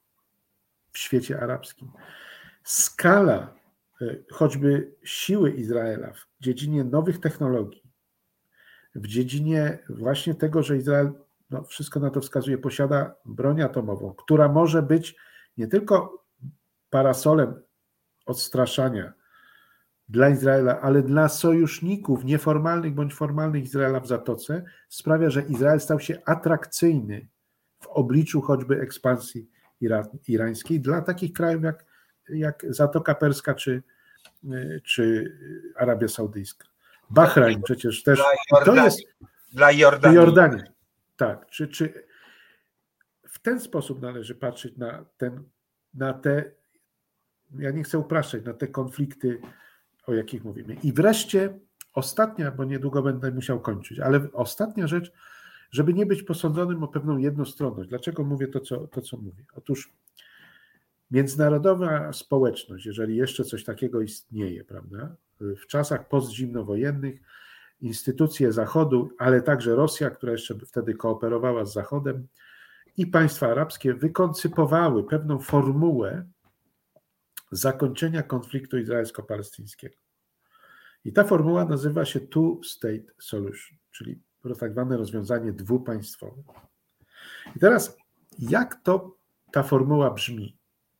W świecie arabskim. Skala choćby siły Izraela w dziedzinie nowych technologii, w dziedzinie właśnie tego, że Izrael, no wszystko na to wskazuje, posiada broń atomową, która może być nie tylko parasolem odstraszania dla Izraela, ale dla sojuszników nieformalnych bądź formalnych Izraela w Zatoce, sprawia, że Izrael stał się atrakcyjny w obliczu choćby ekspansji irańskiej dla takich krajów jak, jak Zatoka Perska czy, czy Arabia Saudyjska. Bahrain przecież też. Dla Jordanii. To jest, dla Jordanii. Jordanii. Tak. Czy, czy w ten sposób należy patrzeć na, ten, na te, ja nie chcę upraszczać, na te konflikty, o jakich mówimy. I wreszcie ostatnia, bo niedługo będę musiał kończyć, ale ostatnia rzecz, żeby nie być posądzonym o pewną jednostronność. Dlaczego mówię to, co, to, co mówię? Otóż międzynarodowa społeczność, jeżeli jeszcze coś takiego istnieje, prawda, w czasach postzimnowojennych instytucje Zachodu, ale także Rosja, która jeszcze wtedy kooperowała z Zachodem, i państwa arabskie wykoncypowały pewną formułę zakończenia konfliktu izraelsko-palestyńskiego. I ta formuła nazywa się Two-State Solution, czyli tak zwane rozwiązanie dwupaństwowe. I teraz jak to ta formuła brzmi?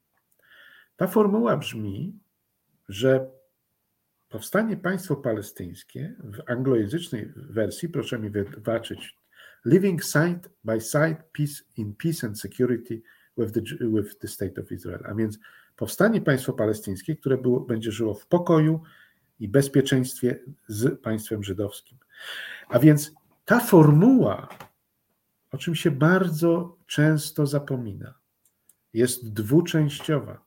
Ta formuła brzmi, że powstanie państwo palestyńskie w anglojęzycznej wersji, proszę mi wybaczyć, living side by side peace, in peace and security with the, with the state of Israel. A więc powstanie państwo palestyńskie, które było, będzie żyło w pokoju i bezpieczeństwie z państwem żydowskim. A więc ta formuła, o czym się bardzo często zapomina, jest dwuczęściowa.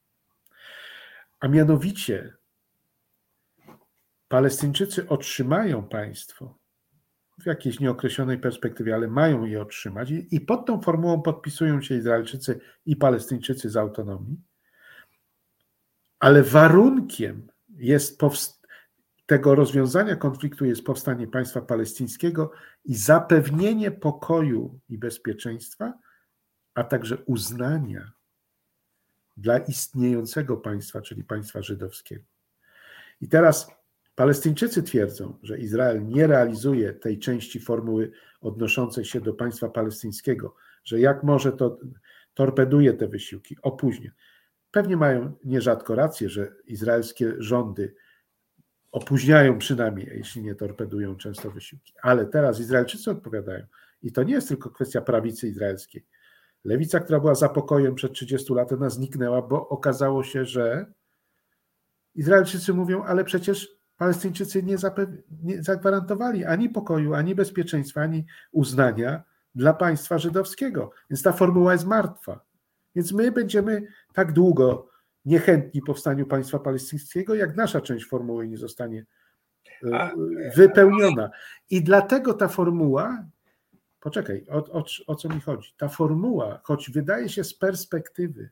A mianowicie Palestyńczycy otrzymają państwo w jakiejś nieokreślonej perspektywie, ale mają je otrzymać i pod tą formułą podpisują się Izraelczycy i Palestyńczycy z autonomii, ale warunkiem jest powst- tego rozwiązania konfliktu jest powstanie państwa palestyńskiego i zapewnienie pokoju i bezpieczeństwa, a także uznania dla istniejącego państwa, czyli państwa żydowskiego. I teraz Palestyńczycy twierdzą, że Izrael nie realizuje tej części formuły odnoszącej się do państwa palestyńskiego, że jak może to torpeduje te wysiłki, opóźnia. Pewnie mają nierzadko rację, że izraelskie rządy opóźniają przynajmniej, jeśli nie torpedują często wysiłki. Ale teraz Izraelczycy odpowiadają i to nie jest tylko kwestia prawicy izraelskiej. Lewica, która była za pokojem przed trzydziestu laty, ona zniknęła, bo okazało się, że Izraelczycy mówią, ale przecież Palestyńczycy nie, zapew- nie zagwarantowali ani pokoju, ani bezpieczeństwa, ani uznania dla państwa żydowskiego. Więc ta formuła jest martwa. Więc my będziemy tak długo niechętni powstaniu państwa palestyńskiego, jak nasza część formuły nie zostanie wypełniona. I dlatego ta formuła, poczekaj, o, o, o co mi chodzi? Ta formuła, choć wydaje się z perspektywy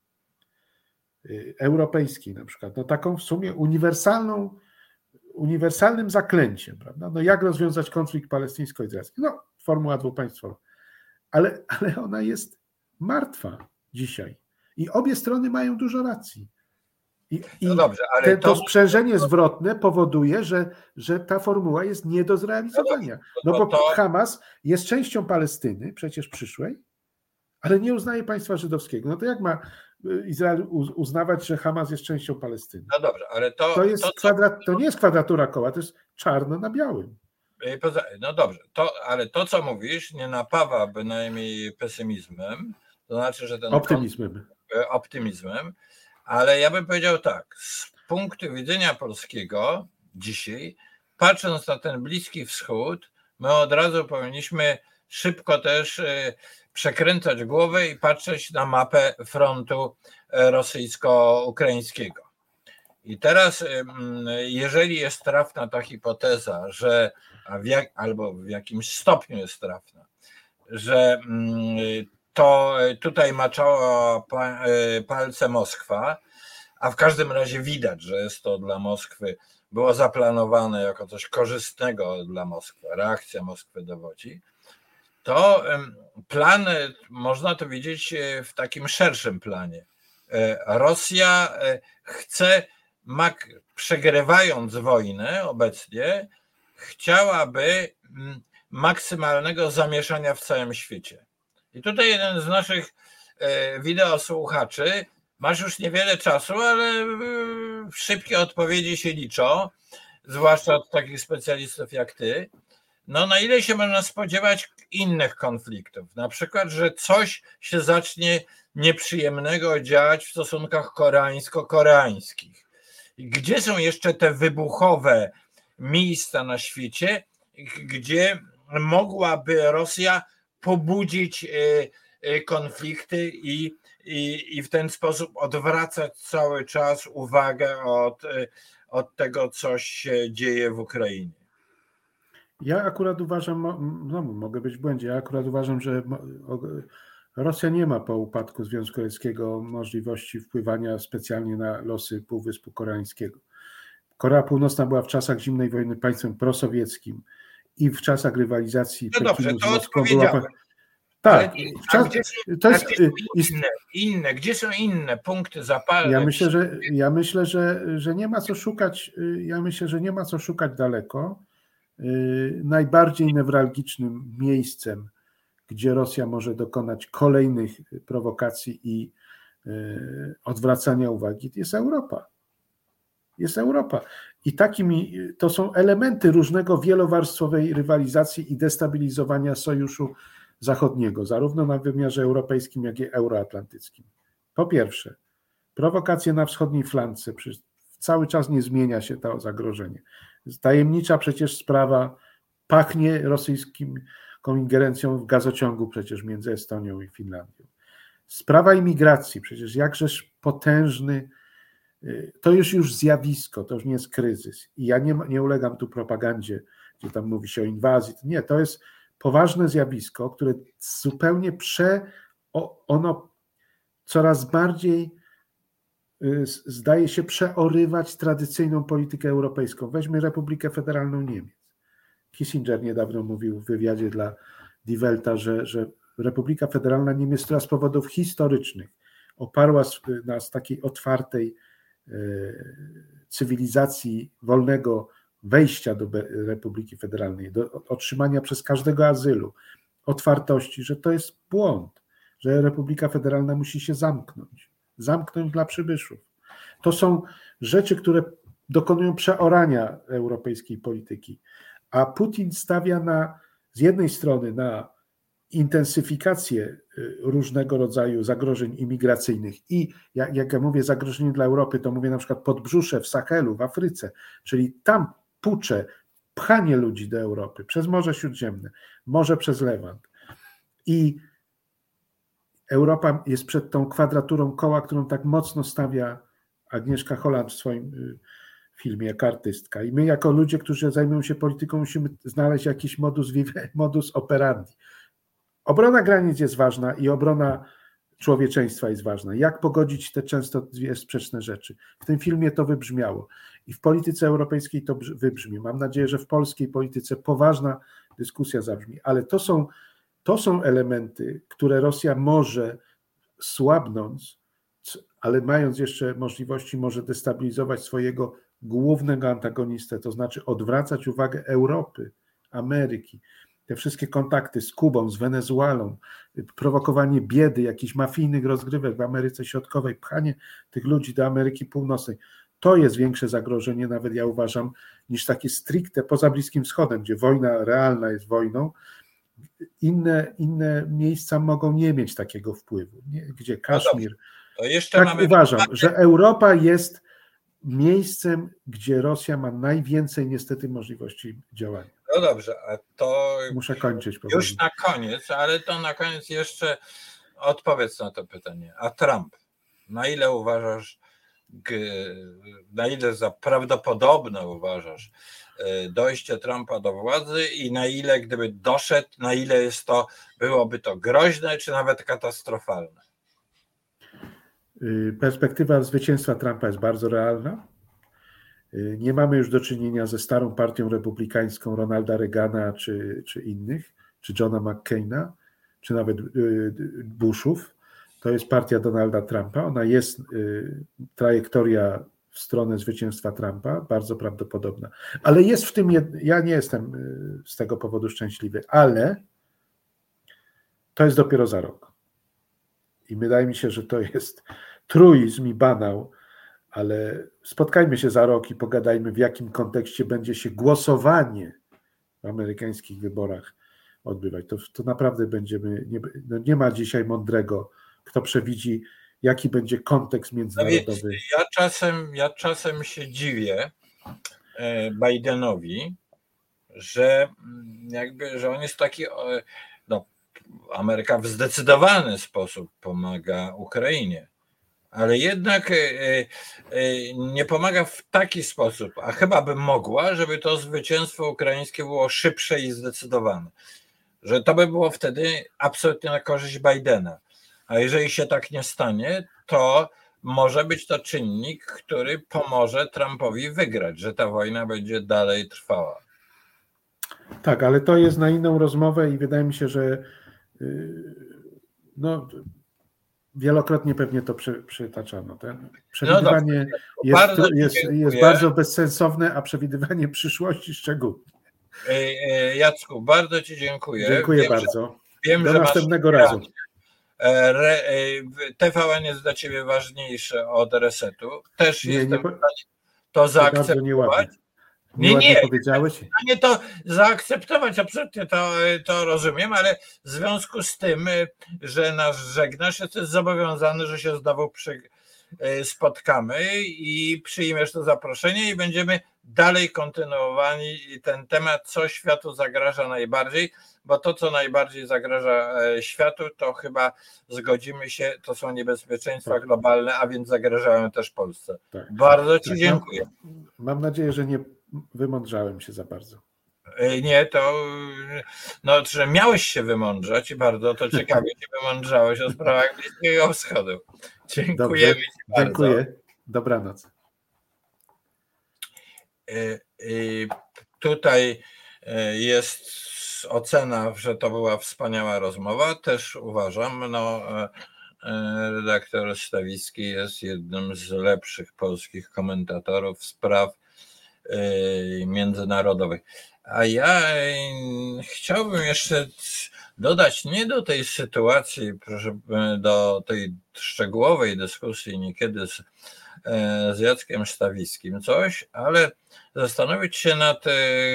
europejskiej na przykład, no taką w sumie uniwersalną, uniwersalnym zaklęciem, prawda? No jak rozwiązać konflikt palestyńsko-izraelski? No, formuła dwupaństwowa. Ale, ale ona jest martwa dzisiaj. I obie strony mają dużo racji. I, no dobrze, ale te, to, to sprzężenie zwrotne powoduje, że, że ta formuła jest nie do zrealizowania. No bo Hamas jest częścią Palestyny, przecież przyszłej, ale nie uznaje państwa żydowskiego. No to jak ma Izrael uznawać, że Hamas jest częścią Palestyny? No dobrze, ale to... To, jest to, kwadrat, to nie jest kwadratura koła, to jest czarno na białym. No dobrze, to, ale to, co mówisz, nie napawa bynajmniej pesymizmem, to znaczy, że ten... Optymizmem. Optymizmem, ale ja bym powiedział tak, z punktu widzenia polskiego dzisiaj, patrząc na ten Bliski Wschód, my od razu powinniśmy szybko też przekręcać głowę i patrzeć na mapę frontu rosyjsko-ukraińskiego. I teraz, jeżeli jest trafna ta hipoteza, że w jak, albo w jakimś stopniu jest trafna, że to tutaj maczała palce Moskwa, a w każdym razie widać, że jest to dla Moskwy, było zaplanowane jako coś korzystnego dla Moskwy, reakcja Moskwy dowodzi, to plan, można to widzieć w takim szerszym planie. Rosja chce, przegrywając wojnę obecnie, chciałaby maksymalnego zamieszania w całym świecie. I tutaj jeden z naszych wideosłuchaczy, masz już niewiele czasu, ale szybkie odpowiedzi się liczą, zwłaszcza od takich specjalistów jak ty. No na ile się można spodziewać innych konfliktów? Na przykład, że coś się zacznie nieprzyjemnego dziać w stosunkach koreańsko-koreańskich. Gdzie są jeszcze te wybuchowe miejsca na świecie, gdzie mogłaby Rosja pobudzić konflikty i, i, i w ten sposób odwracać cały czas uwagę od, od tego, co się dzieje w Ukrainie? Ja akurat uważam, no mogę być w błędzie, ja akurat uważam, że Rosja nie ma po upadku Związku Radzieckiego możliwości wpływania specjalnie na losy Półwyspu Koreańskiego. Korea Północna była w czasach zimnej wojny państwem prosowieckim i w czasach rywalizacji no Pekinu dobrze, z Moskwą była... Tak, w czas, gdzie są, to jest, gdzie są inne, inne, gdzie są inne punkty zapalne? Ja myślę, że ja myślę, że, że nie ma co szukać, ja myślę, że nie ma co szukać daleko. Najbardziej newralgicznym miejscem, gdzie Rosja może dokonać kolejnych prowokacji i odwracania uwagi, jest Europa. Jest Europa. I takimi to są elementy różnego wielowarstwowej rywalizacji i destabilizowania sojuszu zachodniego, zarówno na wymiarze europejskim, jak i euroatlantyckim. Po pierwsze, prowokacje na wschodniej flance, cały czas nie zmienia się to zagrożenie. Tajemnicza przecież sprawa pachnie rosyjską ingerencją w gazociągu przecież między Estonią i Finlandią. Sprawa imigracji, przecież jakżeż potężny, to już już zjawisko, to już nie jest kryzys. I ja nie, nie ulegam tu propagandzie, gdzie tam mówi się o inwazji. Nie, to jest poważne zjawisko, które zupełnie prze, ono coraz bardziej zdaje się przeorywać tradycyjną politykę europejską. Weźmy Republikę Federalną Niemiec. Kissinger niedawno mówił w wywiadzie dla Die Welta, że, że Republika Federalna Niemiec, która z powodów historycznych oparła na takiej otwartej cywilizacji wolnego wejścia do Republiki Federalnej, do otrzymania przez każdego azylu, otwartości, że to jest błąd, że Republika Federalna musi się zamknąć. Zamknąć dla przybyszów. To są rzeczy, które dokonują przeorania europejskiej polityki, a Putin stawia na, z jednej strony na intensyfikację różnego rodzaju zagrożeń imigracyjnych i jak, jak ja mówię zagrożenie dla Europy, to mówię na przykład podbrzusze w Sahelu, w Afryce, czyli tam pucze, pchanie ludzi do Europy przez Morze Śródziemne, może przez Lewant. I Europa jest przed tą kwadraturą koła, którą tak mocno stawia Agnieszka Holland w swoim filmie jako artystka. I my jako ludzie, którzy zajmują się polityką, musimy znaleźć jakiś modus vivendi, modus operandi. Obrona granic jest ważna i obrona człowieczeństwa jest ważna. Jak pogodzić te często dwie sprzeczne rzeczy? W tym filmie to wybrzmiało i w polityce europejskiej to wybrzmi. Mam nadzieję, że w polskiej polityce poważna dyskusja zabrzmi, ale to są, to są elementy, które Rosja może słabnąc, ale mając jeszcze możliwości, może destabilizować swojego głównego antagonistę, to znaczy odwracać uwagę Europy, Ameryki, te wszystkie kontakty z Kubą, z Wenezuelą, prowokowanie biedy, jakichś mafijnych rozgrywek w Ameryce Środkowej, pchanie tych ludzi do Ameryki Północnej. To jest większe zagrożenie, nawet ja uważam, niż takie stricte poza Bliskim Wschodem, gdzie wojna realna jest wojną. Inne, inne miejsca mogą nie mieć takiego wpływu, nie? Gdzie Kaszmir. No to jeszcze tak mamy uważam, że Europa jest miejscem, gdzie Rosja ma najwięcej niestety możliwości działania. No dobrze, a to muszę kończyć. Już powoli. na koniec, ale to na koniec jeszcze odpowiedz na to pytanie. A Trump, na ile uważasz, na ile za prawdopodobne uważasz dojście Trumpa do władzy i na ile, gdyby doszedł, na ile jest to, byłoby to groźne, czy nawet katastrofalne? Perspektywa zwycięstwa Trumpa jest bardzo realna. Nie mamy już do czynienia ze starą partią republikańską Ronalda Reagana czy, czy innych, czy Johna McCaina, czy nawet Bushów. To jest partia Donalda Trumpa. Ona jest, trajektoria w stronę zwycięstwa Trumpa, bardzo prawdopodobna. Ale jest w tym, ja nie jestem z tego powodu szczęśliwy, ale to jest dopiero za rok. I wydaje mi się, że to jest truizm i banał, ale spotkajmy się za rok i pogadajmy, w jakim kontekście będzie się głosowanie w amerykańskich wyborach odbywać. To, to naprawdę będziemy, nie, no nie ma dzisiaj mądrego, kto przewidzi, jaki będzie kontekst międzynarodowy. No ja czasem, ja czasem się dziwię Bidenowi, że jakby, że on jest taki, no, Ameryka w zdecydowany sposób pomaga Ukrainie, ale jednak nie pomaga w taki sposób, a chyba by mogła, żeby to zwycięstwo ukraińskie było szybsze i zdecydowane. Że to by było wtedy absolutnie na korzyść Bidena. A jeżeli się tak nie stanie, to może być to czynnik, który pomoże Trumpowi wygrać, że ta wojna będzie dalej trwała. Tak, ale to jest na inną rozmowę i wydaje mi się, że no, wielokrotnie pewnie to przy, przytaczano. Ten przewidywanie no jest, bardzo jest, jest bardzo bezsensowne, a przewidywanie przyszłości szczególnie. Jacku, bardzo Ci dziękuję. Dziękuję wiem, bardzo. Że, wiem, Do że następnego masz... razu. T V N jest dla Ciebie ważniejsze od Resetu. Też nie, jestem nie, w stanie to zaakceptować. Nie, nie, powiedziałeś. Nie to zaakceptować, absolutnie to, to rozumiem, ale w związku z tym, że nas żegnasz, jesteś zobowiązany, że się znowu przy, spotkamy i przyjmiesz to zaproszenie i będziemy dalej kontynuowali ten temat, co światu zagraża najbardziej, bo to, co najbardziej zagraża światu, to chyba zgodzimy się, to są niebezpieczeństwa tak. globalne, a więc zagrażają też Polsce. Tak. Bardzo Ci tak, dziękuję. Mam, mam nadzieję, że nie wymądrzałem się za bardzo. Nie, to no, że miałeś się wymądrzać i bardzo to ciekawie się wymądrzałeś o sprawach Bliskiego Wschodu. Dziękujemy Ci bardzo. Dziękuję. Dobranoc. Tutaj jest ocena, że to była wspaniała rozmowa. Też uważam, no, redaktor Stawicki jest jednym z lepszych polskich komentatorów spraw międzynarodowych. A ja chciałbym jeszcze dodać nie do tej sytuacji, proszę, do tej szczegółowej dyskusji niekiedy z, z Jackiem Stawickim coś, ale zastanowić się nad,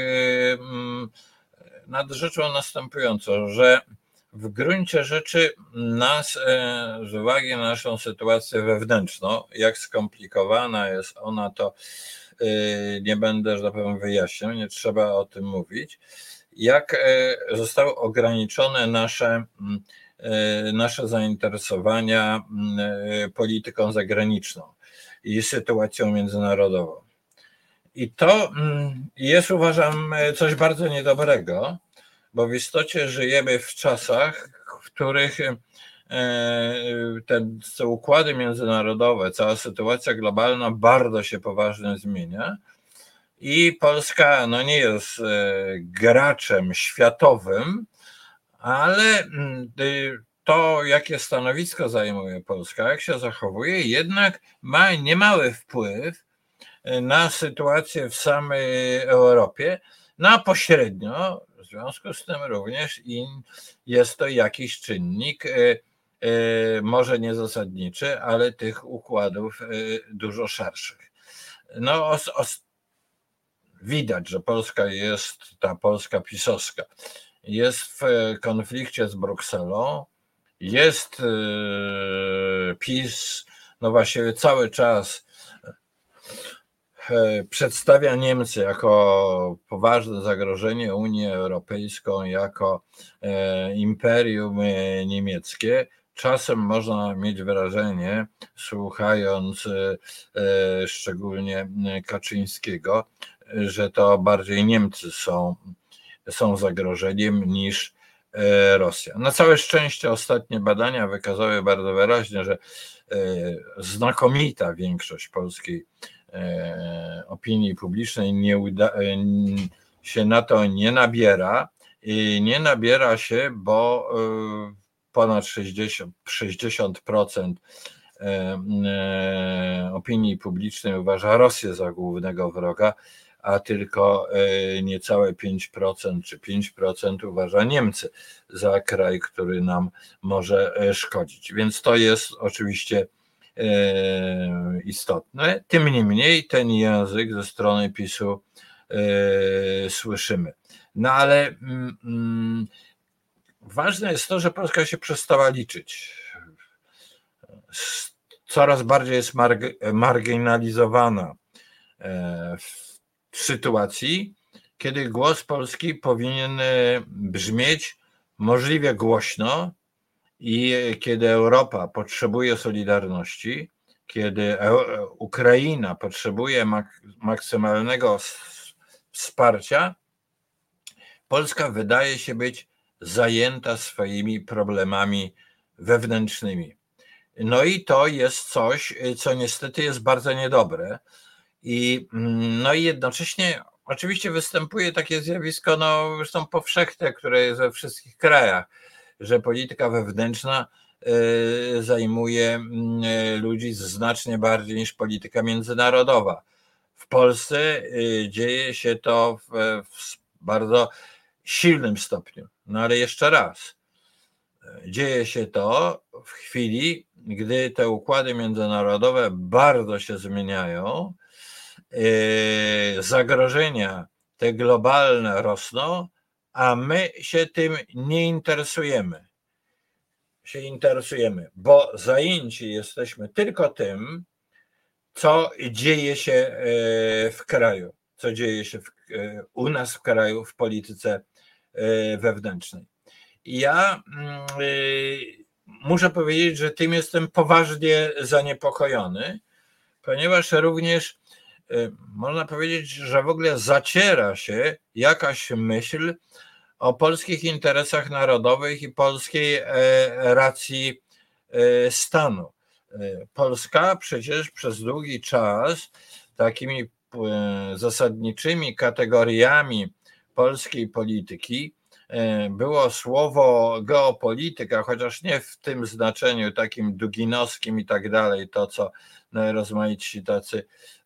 nad rzeczą następującą, że w gruncie rzeczy nas, z uwagi na naszą sytuację wewnętrzną, jak skomplikowana jest ona, to nie będę, że tak powiem, wyjaśniał, nie trzeba o tym mówić, jak zostały ograniczone nasze, nasze zainteresowania polityką zagraniczną i sytuacją międzynarodową. I to jest, uważam, coś bardzo niedobrego, bo w istocie żyjemy w czasach, w których te, te układy międzynarodowe, cała sytuacja globalna bardzo się poważnie zmienia i Polska no nie jest graczem światowym, ale to, jakie stanowisko zajmuje Polska, jak się zachowuje, jednak ma niemały wpływ na sytuację w samej Europie, no a pośrednio w związku z tym również i jest to jakiś czynnik, może nie zasadniczy, ale tych układów dużo szerszych. No os, os, widać, że Polska jest, ta Polska pisowska, jest w konflikcie z Brukselą, jest PiS, no właściwie cały czas przedstawia Niemcy jako poważne zagrożenie, Unię Europejską jako imperium niemieckie, czasem można mieć wrażenie, słuchając szczególnie Kaczyńskiego, że to bardziej Niemcy są, są zagrożeniem niż Rosja. Na całe szczęście ostatnie badania wykazały bardzo wyraźnie, że znakomita większość polskiej opinii publicznej nie uda, się na to nie nabiera i nie nabiera się, bo ponad sześćdziesiąt procent opinii publicznej uważa Rosję za głównego wroga, a tylko niecałe pięć procent czy pięć procent uważa Niemcy za kraj, który nam może szkodzić. Więc to jest oczywiście istotne. Tym niemniej ten język ze strony PiSu słyszymy. No ale mm, ważne jest to, że Polska się przestała liczyć. Coraz bardziej jest marg- marginalizowana w sytuacji, kiedy głos Polski powinien brzmieć możliwie głośno i kiedy Europa potrzebuje solidarności, kiedy Ukraina potrzebuje mak- maksymalnego wsparcia, Polska wydaje się być zajęta swoimi problemami wewnętrznymi. No i to jest coś, co niestety jest bardzo niedobre. I, no i jednocześnie oczywiście występuje takie zjawisko, no zresztą powszechne, które jest we wszystkich krajach, że polityka wewnętrzna zajmuje ludzi znacznie bardziej niż polityka międzynarodowa. W Polsce dzieje się to w, w bardzo silnym stopniu. No ale jeszcze raz, dzieje się to w chwili, gdy te układy międzynarodowe bardzo się zmieniają, zagrożenia te globalne rosną, a my się tym nie interesujemy. Się interesujemy, bo zajęci jesteśmy tylko tym, co dzieje się w kraju, co dzieje się w, u nas w kraju, w polityce wewnętrznej. I ja muszę powiedzieć, że tym jestem poważnie zaniepokojony, ponieważ również można powiedzieć, że w ogóle zaciera się jakaś myśl o polskich interesach narodowych i polskiej racji stanu. Polska przecież przez długi czas takimi zasadniczymi kategoriami polskiej polityki było słowo geopolityka, chociaż nie w tym znaczeniu takim duginowskim i tak dalej, to co najrozmaitsi tacy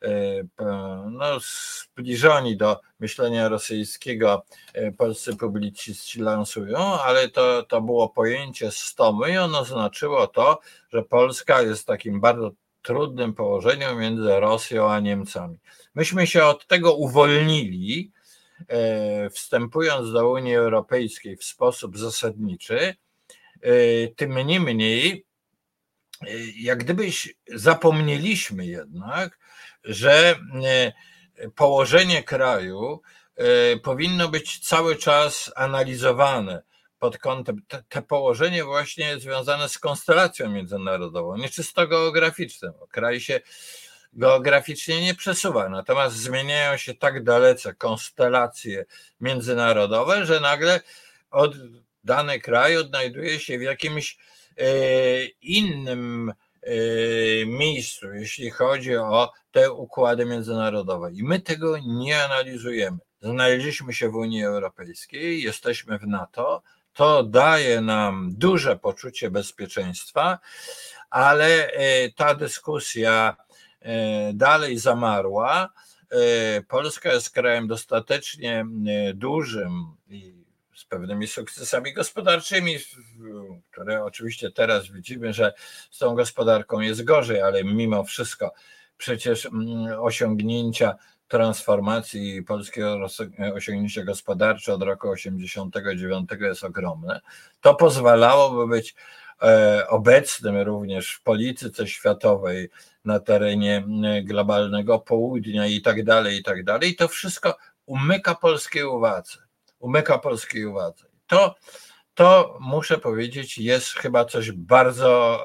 no, zbliżoni do myślenia rosyjskiego polscy publicyści lansują, ale to, to było pojęcie z tomu i ono znaczyło to, że Polska jest w takim bardzo trudnym położeniu między Rosją a Niemcami. Myśmy się od tego uwolnili, wstępując do Unii Europejskiej w sposób zasadniczy, tym niemniej jak gdybyś zapomnieliśmy jednak, że położenie kraju powinno być cały czas analizowane pod kątem, te, te położenie właśnie związane z konstelacją międzynarodową, nie czysto geograficzną. Kraj się geograficznie nie przesuwa, natomiast zmieniają się tak dalece konstelacje międzynarodowe, że nagle od, dany kraj odnajduje się w jakimś e, innym e, miejscu, jeśli chodzi o te układy międzynarodowe. I my tego nie analizujemy. Znaleźliśmy się w Unii Europejskiej, jesteśmy w NATO, to daje nam duże poczucie bezpieczeństwa, ale e, ta dyskusja dalej zamarła. Polska jest krajem dostatecznie dużym i z pewnymi sukcesami gospodarczymi, które oczywiście teraz widzimy, że z tą gospodarką jest gorzej, ale mimo wszystko przecież osiągnięcia transformacji polskiego osiągnięcia gospodarcze od roku osiemdziesiątego dziewiątego jest ogromne. To pozwalałoby być obecnym również w polityce światowej na terenie globalnego południa i tak dalej, i tak dalej, to wszystko umyka polskiej uwadze. Umyka polskiej uwadze. To, to muszę powiedzieć, jest chyba coś bardzo,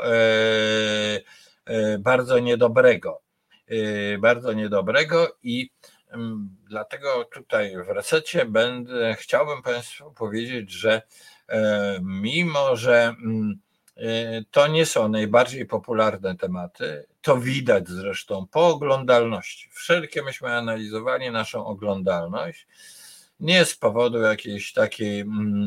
bardzo niedobrego. Bardzo niedobrego i dlatego tutaj w resecie będę, chciałbym Państwu powiedzieć, że mimo, że to nie są najbardziej popularne tematy, to widać zresztą po oglądalności. Wszelkie myśmy analizowali naszą oglądalność, nie z powodu jakiejś takiej,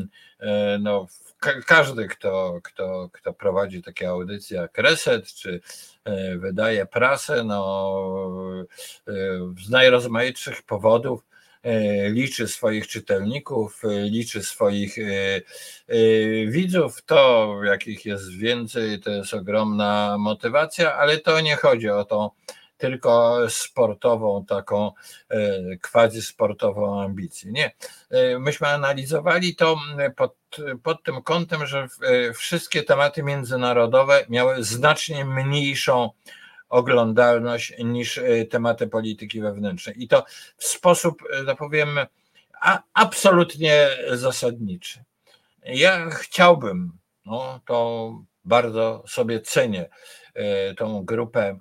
no każdy, kto, kto, kto prowadzi takie audycje jak Reset, czy wydaje prasę, no z najrozmaitszych powodów liczy swoich czytelników, liczy swoich widzów, to jakich jest więcej, to jest ogromna motywacja, ale to nie chodzi o tą tylko sportową, taką quasi sportową ambicję. Nie, myśmy analizowali to pod, pod tym kątem, że wszystkie tematy międzynarodowe miały znacznie mniejszą oglądalność niż tematy polityki wewnętrznej. I to w sposób, tak powiem, a, absolutnie zasadniczy. Ja chciałbym, no to bardzo sobie cenię tą grupę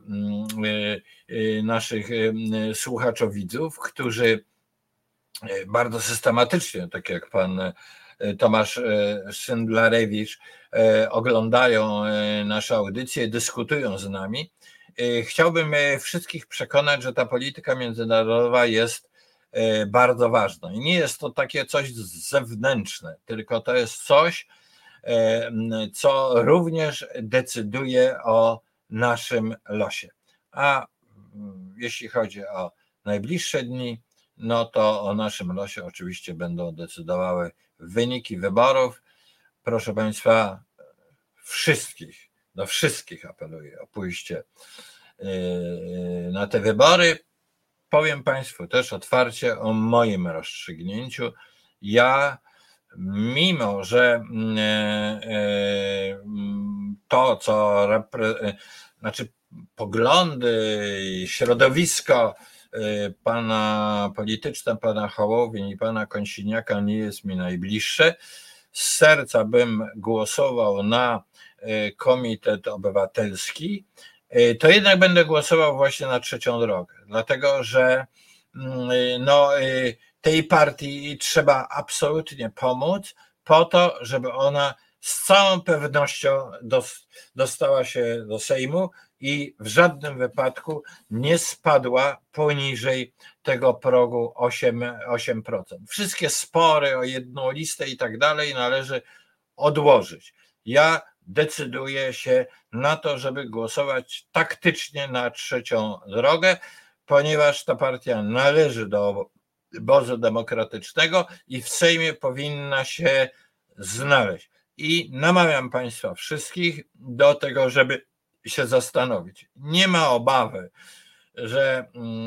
naszych słuchaczowidzów, którzy bardzo systematycznie, tak jak pan Tomasz Szyndlarewicz, oglądają nasze audycje, dyskutują z nami. Chciałbym wszystkich przekonać, że ta polityka międzynarodowa jest bardzo ważna. I nie jest to takie coś zewnętrzne, tylko to jest coś, co również decyduje o naszym losie. A jeśli chodzi o najbliższe dni, no to o naszym losie oczywiście będą decydowały wyniki wyborów. Proszę Państwa, wszystkich, do wszystkich apeluję o pójście na te wybory. Powiem Państwu też otwarcie o moim rozstrzygnięciu. Ja, mimo że to, co repre... znaczy poglądy i środowisko pana polityczne, pana Hołowni i pana Konsiniaka nie jest mi najbliższe, z serca bym głosował na Komitet Obywatelski, to jednak będę głosował właśnie na Trzecią Drogę, dlatego że no, tej partii trzeba absolutnie pomóc po to, żeby ona z całą pewnością dostała się do Sejmu i w żadnym wypadku nie spadła poniżej tego progu osiem procent. Wszystkie spory o jedną listę i tak dalej należy odłożyć. Ja decyduję się na to, żeby głosować taktycznie na Trzecią Drogę, ponieważ ta partia należy do obozu demokratycznego i w Sejmie powinna się znaleźć. I namawiam Państwa wszystkich do tego, żeby się zastanowić. Nie ma obawy, że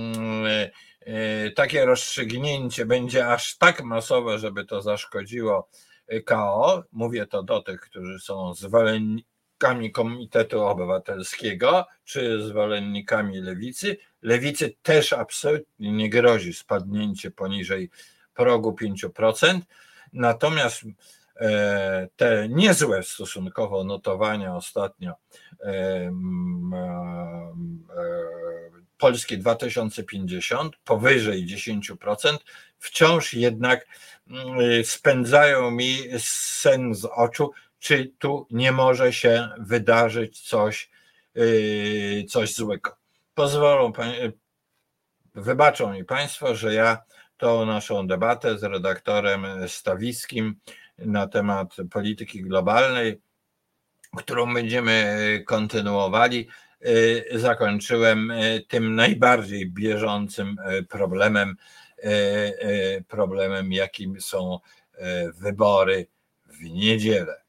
takie rozstrzygnięcie będzie aż tak masowe, żeby to zaszkodziło K O. Mówię to do tych, którzy są zwolennikami Komitetu Obywatelskiego czy zwolennikami Lewicy. Lewicy też absolutnie nie grozi spadnięcie poniżej progu pięć procent. Natomiast te niezłe stosunkowo notowania ostatnio Polski dwa tysiące pięćdziesiąt powyżej dziesięć procent wciąż jednak spędzają mi sen z oczu, czy tu nie może się wydarzyć coś, coś złego. Pozwolą, wybaczą mi Państwo, że ja tą naszą debatę z redaktorem Stawiskim na temat polityki globalnej, którą będziemy kontynuowali, zakończyłem tym najbardziej bieżącym problemem, problemem, jakim są wybory w niedzielę.